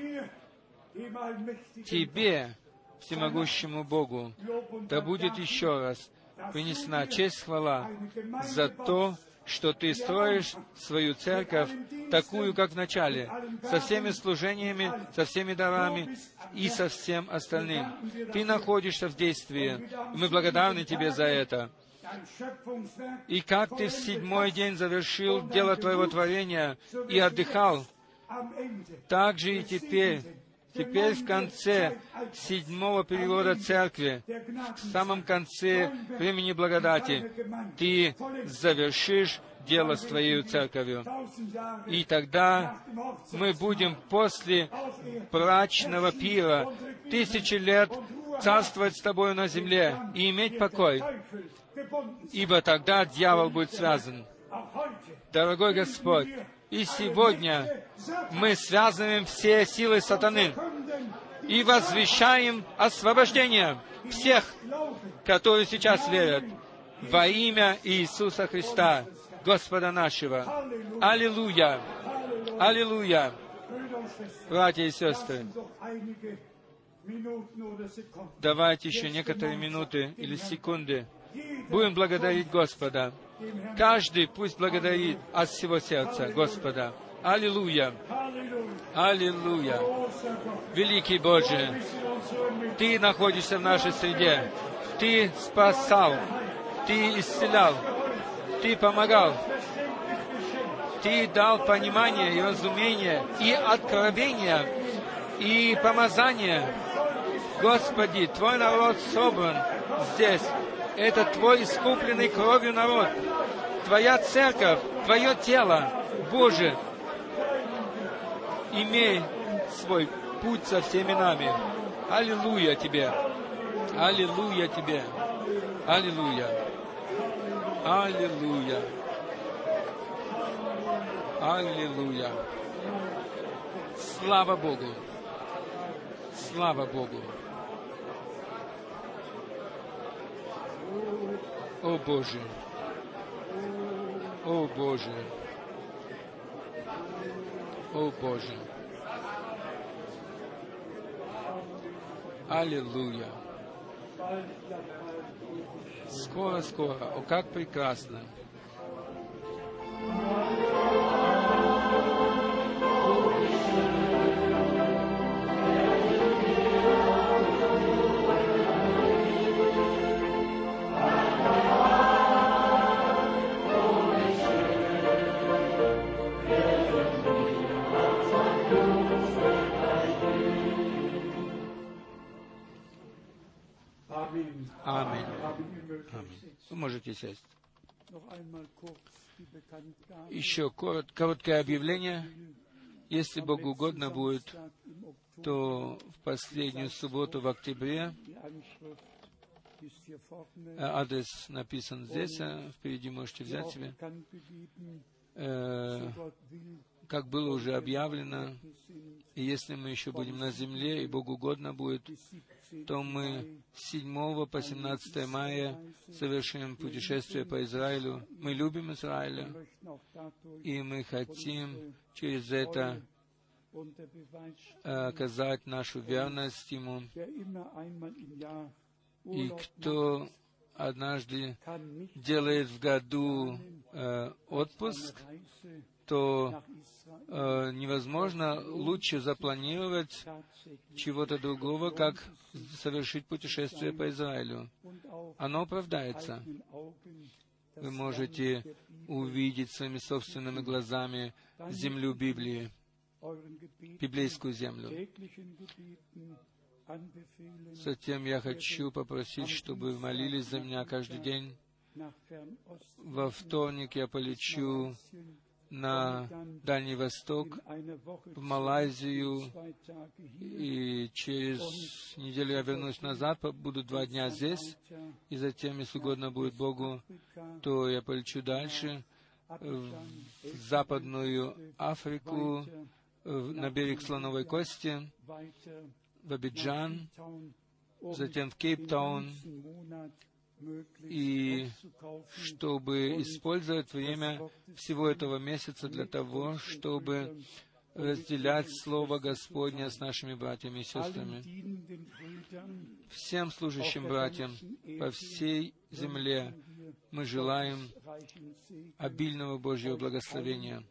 Speaker 1: Тебе, всемогущему Богу, да будет еще раз принесена честь, хвала за то, что Ты строишь свою церковь такую, как в начале, со всеми служениями, со всеми дарами и со всем остальным. Ты находишься в действии, и мы благодарны Тебе за это. И как Ты в 7-й день завершил дело Твоего творения и отдыхал, так же и теперь в конце 7-го периода Церкви, в самом конце времени благодати, Ты завершишь дело с Твоей Церковью. И тогда мы будем после брачного пира 1000 лет царствовать с Тобою на земле и иметь покой, ибо тогда дьявол будет связан. Дорогой Господь, и сегодня мы связываем все силы сатаны и возвещаем освобождение всех, которые сейчас верят во имя Иисуса Христа, Господа нашего. Аллилуйя! Аллилуйя! Братья и сестры, давайте еще некоторые минуты или секунды будем благодарить Господа. Каждый пусть благодарит от всего сердца Господа. Аллилуйя! Аллилуйя! Великий Боже, Ты находишься в нашей среде. Ты спасал, Ты исцелял, Ты помогал. Ты дал понимание и разумение, и откровение, и помазание. Господи, Твой народ собран здесь. Это Твой искупленный кровью народ. Твоя церковь, Твое тело, Боже, имей свой путь со всеми нами. Аллилуйя Тебе! Аллилуйя Тебе! Аллилуйя! Аллилуйя! Аллилуйя! Слава Богу! Слава Богу! О Боже! О Боже! О Боже! Аллилуйя! Скоро, скоро! О, как прекрасно! Аминь. Аминь. Вы можете сесть. Еще короткое объявление. Если Богу угодно будет, то в последнюю субботу в октябре, адрес написан здесь, впереди можете взять себе, как было уже объявлено, и если мы еще будем на земле, и Богу угодно будет, то мы с 7 по 17 мая совершим путешествие по Израилю. Мы любим Израиль, и мы хотим через это оказать нашу верность Ему. И кто однажды делает в году отпуск, то невозможно лучше запланировать чего-то другого, как совершить путешествие по Израилю. Оно оправдается. Вы можете увидеть своими собственными глазами землю Библии, библейскую землю. Затем я хочу попросить, чтобы вы молились за меня каждый день. Во вторник я полечу на Дальний Восток, в Малайзию, и через неделю я вернусь назад, буду 2 дня здесь, и затем, если угодно будет Богу, то я полечу дальше, в Западную Африку, на берег Слоновой Кости, в Абиджан, затем в Кейптаун, и чтобы использовать время всего этого месяца для того, чтобы разделять Слово Господне с нашими братьями и сестрами. Всем служащим братьям по всей земле мы желаем обильного Божьего благословения.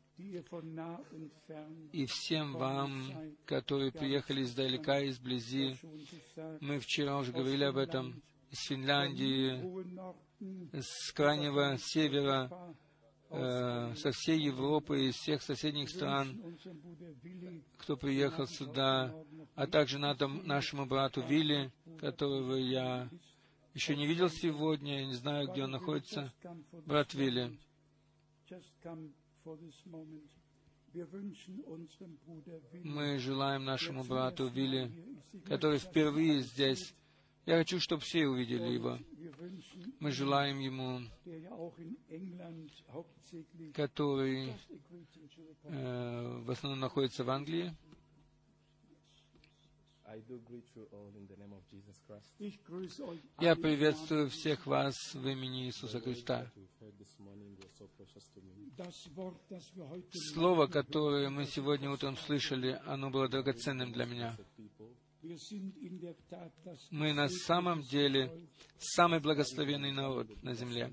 Speaker 1: И всем вам, которые приехали издалека и изблизи, мы вчера уже говорили об этом, из Финляндии, с крайнего севера, со всей Европы, из всех соседних стран, кто приехал сюда, а также нашему брату Вилли, которого я еще не видел сегодня, я не знаю, где он находится. Брат Вилли, мы желаем нашему брату Вилли, который впервые здесь. Я хочу, чтобы все увидели его. Мы желаем ему, который в основном находится в Англии. Я приветствую всех вас в имени Иисуса Христа. Слово, которое мы сегодня утром слышали, оно было драгоценным для меня. Мы на самом деле самый благословенный народ на земле.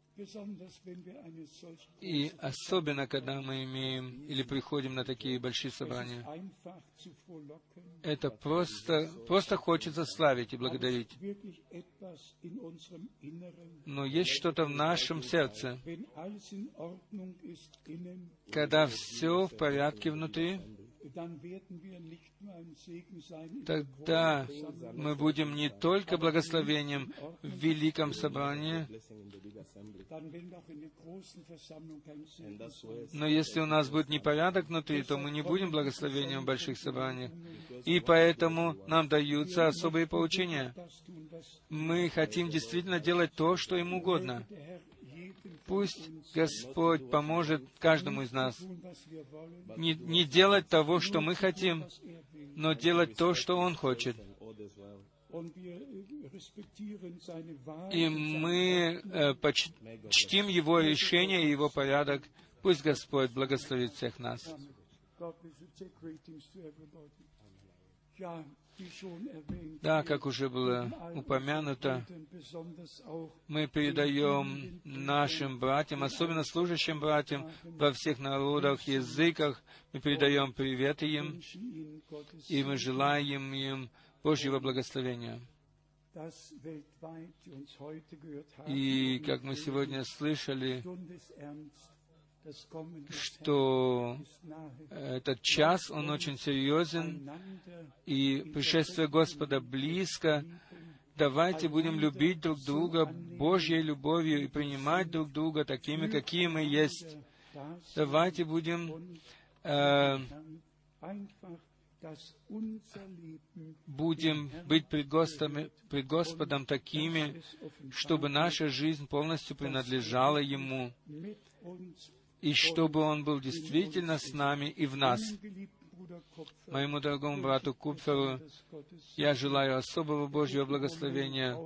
Speaker 1: И особенно, когда мы имеем или приходим на такие большие собрания, это просто хочется славить и благодарить. Но есть что-то в нашем сердце, когда все в порядке внутри, тогда мы будем не только благословением в великом собрании, но если у нас будет непорядок внутри, то мы не будем благословением в больших собраниях. И поэтому нам даются особые поучения. Мы хотим действительно делать то, что Ему угодно. Пусть Господь поможет каждому из нас не делать того, что мы хотим, но делать то, что Он хочет. И мы чтим Его решение и Его порядок. Пусть Господь благословит всех нас. Да, как уже было упомянуто, мы передаем нашим братьям, особенно служащим братьям во всех народах, языках, мы передаем приветы им, и мы желаем им Божьего благословения. И, как мы сегодня слышали, что этот час, он очень серьезен, и пришествие Господа близко. Давайте будем любить друг друга Божьей любовью и принимать друг друга такими, какие мы есть. Давайте будем быть пред Господом такими, чтобы наша жизнь полностью принадлежала Ему, и чтобы Он был действительно с нами и в нас. Моему дорогому брату Купферу я желаю особого Божьего благословения.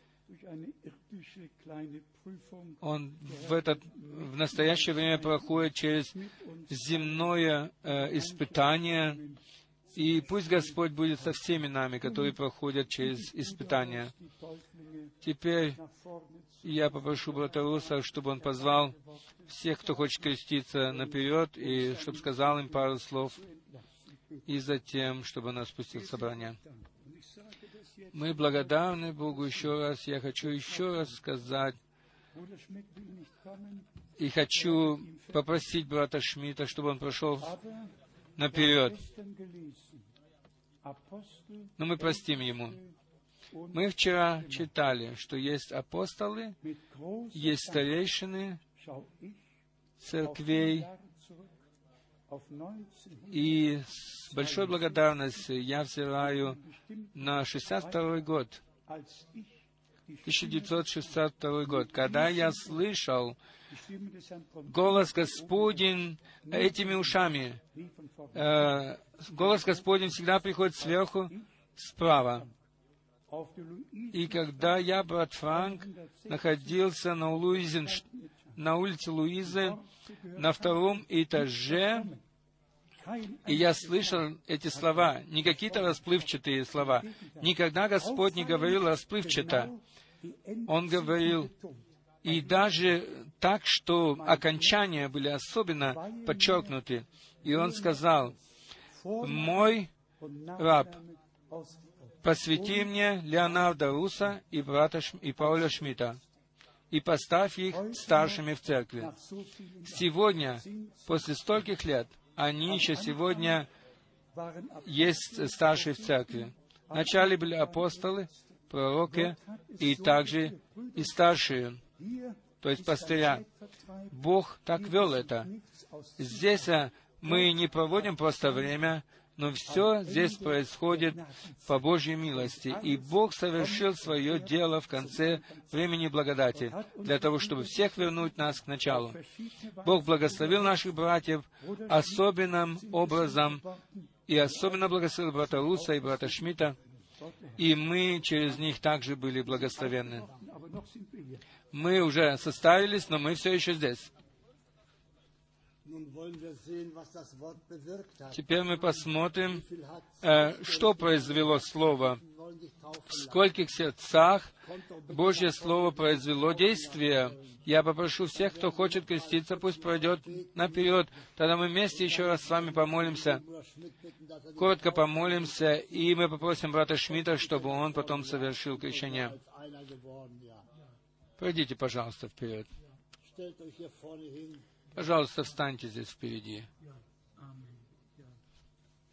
Speaker 1: Он в настоящее время проходит через земное испытание, и пусть Господь будет со всеми нами, которые проходят через испытания. Теперь я попрошу брата Руса, чтобы он позвал всех, кто хочет креститься, наперед, и чтобы сказал им пару слов, и затем, чтобы он распустил собрание. Мы благодарны Богу еще раз. Я хочу еще раз сказать, и хочу попросить брата Шмидта, чтобы он прошел наперед. Но мы простим ему. Мы вчера читали, что есть апостолы, есть старейшины церквей, и с большой благодарностью я взираю на 62-й год, 1962 год, когда я слышал голос Господень этими ушами. Голос Господень всегда приходит сверху, справа. И когда я, брат Франк, находился на улице Луизы, на 2-м этаже, и я слышал эти слова, не какие-то расплывчатые слова. Никогда Господь не говорил расплывчато. Он говорил, и даже так, что окончания были особенно подчеркнуты. И Он сказал: «Мой раб, посвяти мне Леонарда Руса и Пауля Шмидта, и поставь их старшими в церкви». Сегодня, после стольких лет, они еще сегодня есть старшие в церкви. Вначале были апостолы, пророки, и также и старшие, то есть пастыря. Бог так вел это. Здесь мы не проводим просто время, но все здесь происходит по Божьей милости. И Бог совершил свое дело в конце времени благодати, для того, чтобы всех вернуть нас к началу. Бог благословил наших братьев особенным образом, и особенно благословил брата Руса и брата Шмидта, и мы через них также были благословенны. Мы уже составились, но мы все еще здесь. Теперь мы посмотрим, что произвело Слово, в скольких сердцах Божье Слово произвело действие. Я попрошу всех, кто хочет креститься, пусть пройдет наперед. Тогда мы вместе еще раз с вами помолимся. Коротко помолимся, и мы попросим брата Шмидта, чтобы он потом совершил крещение. Пройдите, пожалуйста, вперед. Пожалуйста, встаньте здесь впереди.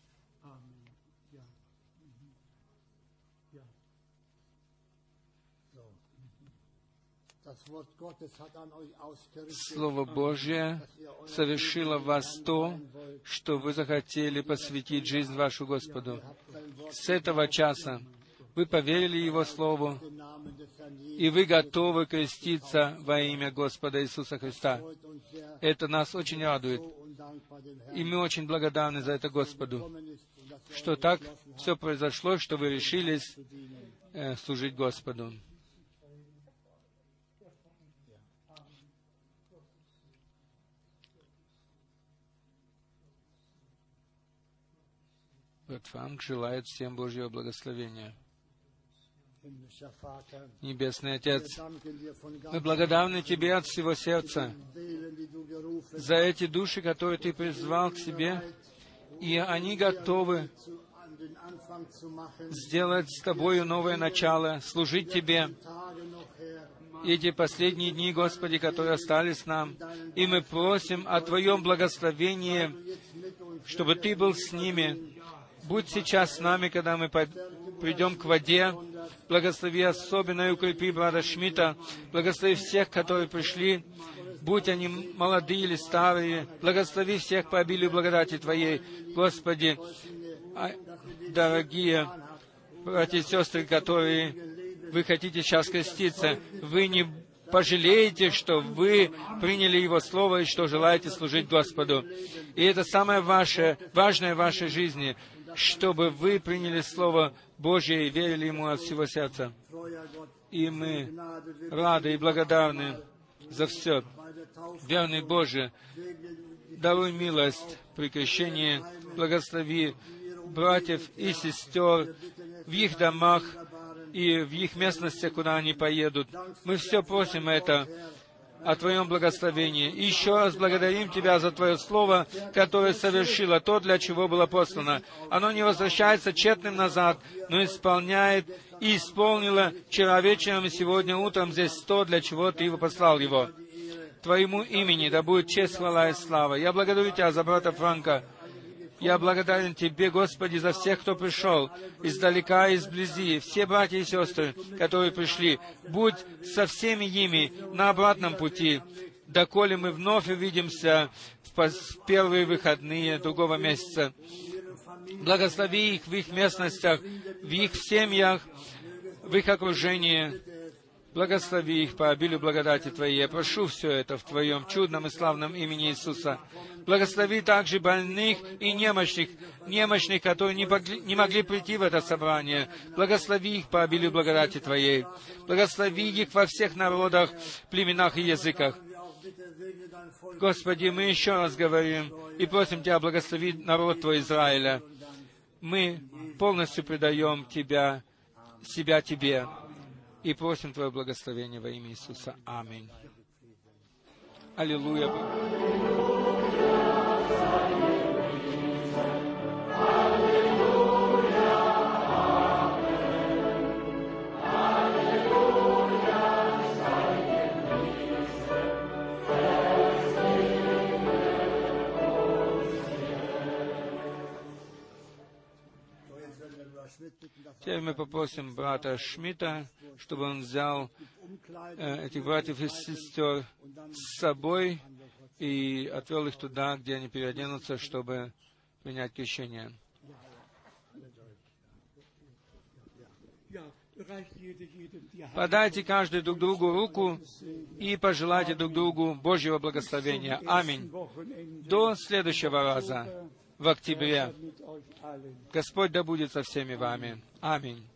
Speaker 1: Слово Божье совершило в вас то, что вы захотели посвятить жизнь вашу Господу. С этого часа вы поверили Его Слову, и вы готовы креститься во имя Господа Иисуса Христа. Это нас очень радует. И мы очень благодарны за это Господу, что так все произошло, что вы решились служить Господу. Брат Франк желает всем Божьего благословения. Небесный Отец, мы благодарны Тебе от всего сердца за эти души, которые Ты призвал к себе, и они готовы сделать с Тобою новое начало, служить Тебе. Эти последние дни, Господи, которые остались нам, и мы просим о Твоем благословении, чтобы Ты был с ними. Будь сейчас с нами, когда мы придем к воде. Благослови особенно и укрепи брата Шмидта. Благослови всех, которые пришли, будь они молодые или старые. Благослови всех по обилию благодати Твоей. Господи, дорогие братья и сестры, которые вы хотите сейчас креститься, вы не пожалеете, что вы приняли Его Слово и что желаете служить Господу. И это самое важное в вашей жизни, чтобы вы приняли Слово Божье и верили Ему от всего сердца. И мы рады и благодарны за все. Верный Боже, даруй милость при крещении, благослови братьев и сестер в их домах и в их местностях, куда они поедут. Мы все просим это о Твоем благословении. И еще раз благодарим Тебя за Твое Слово, которое совершило то, для чего было послано. Оно не возвращается тщетным назад, но исполняет и исполнило вчера вечером и сегодня утром здесь то, для чего Ты его послал его. Твоему имени да будет честь, хвала и слава. Я благодарю Тебя за брата Франка. Я благодарен Тебе, Господи, за всех, кто пришел издалека и изблизи, все братья и сестры, которые пришли. Будь со всеми ими на обратном пути, доколе мы вновь увидимся в первые выходные другого месяца. Благослови их в их местностях, в их семьях, в их окружении. Благослови их по обилию благодати Твоей. Я прошу все это в Твоем чудном и славном имени Иисуса. Благослови также больных и немощных, которые не могли прийти в это собрание. Благослови их по обилию благодати Твоей. Благослови их во всех народах, племенах и языках. Господи, мы еще раз говорим и просим Тебя, благослови народ Твой Израиля. Мы полностью предаем себя Тебе. И просим Твое благословение во имя Иисуса. Аминь. Аллилуйя. Теперь мы попросим брата Шмидта, чтобы он взял этих братьев и сестер с собой и отвел их туда, где они переоденутся, чтобы принять крещение. Подайте каждый друг другу руку и пожелайте друг другу Божьего благословения. Аминь. До следующего раза в октябре. Господь да будет со всеми вами. Аминь.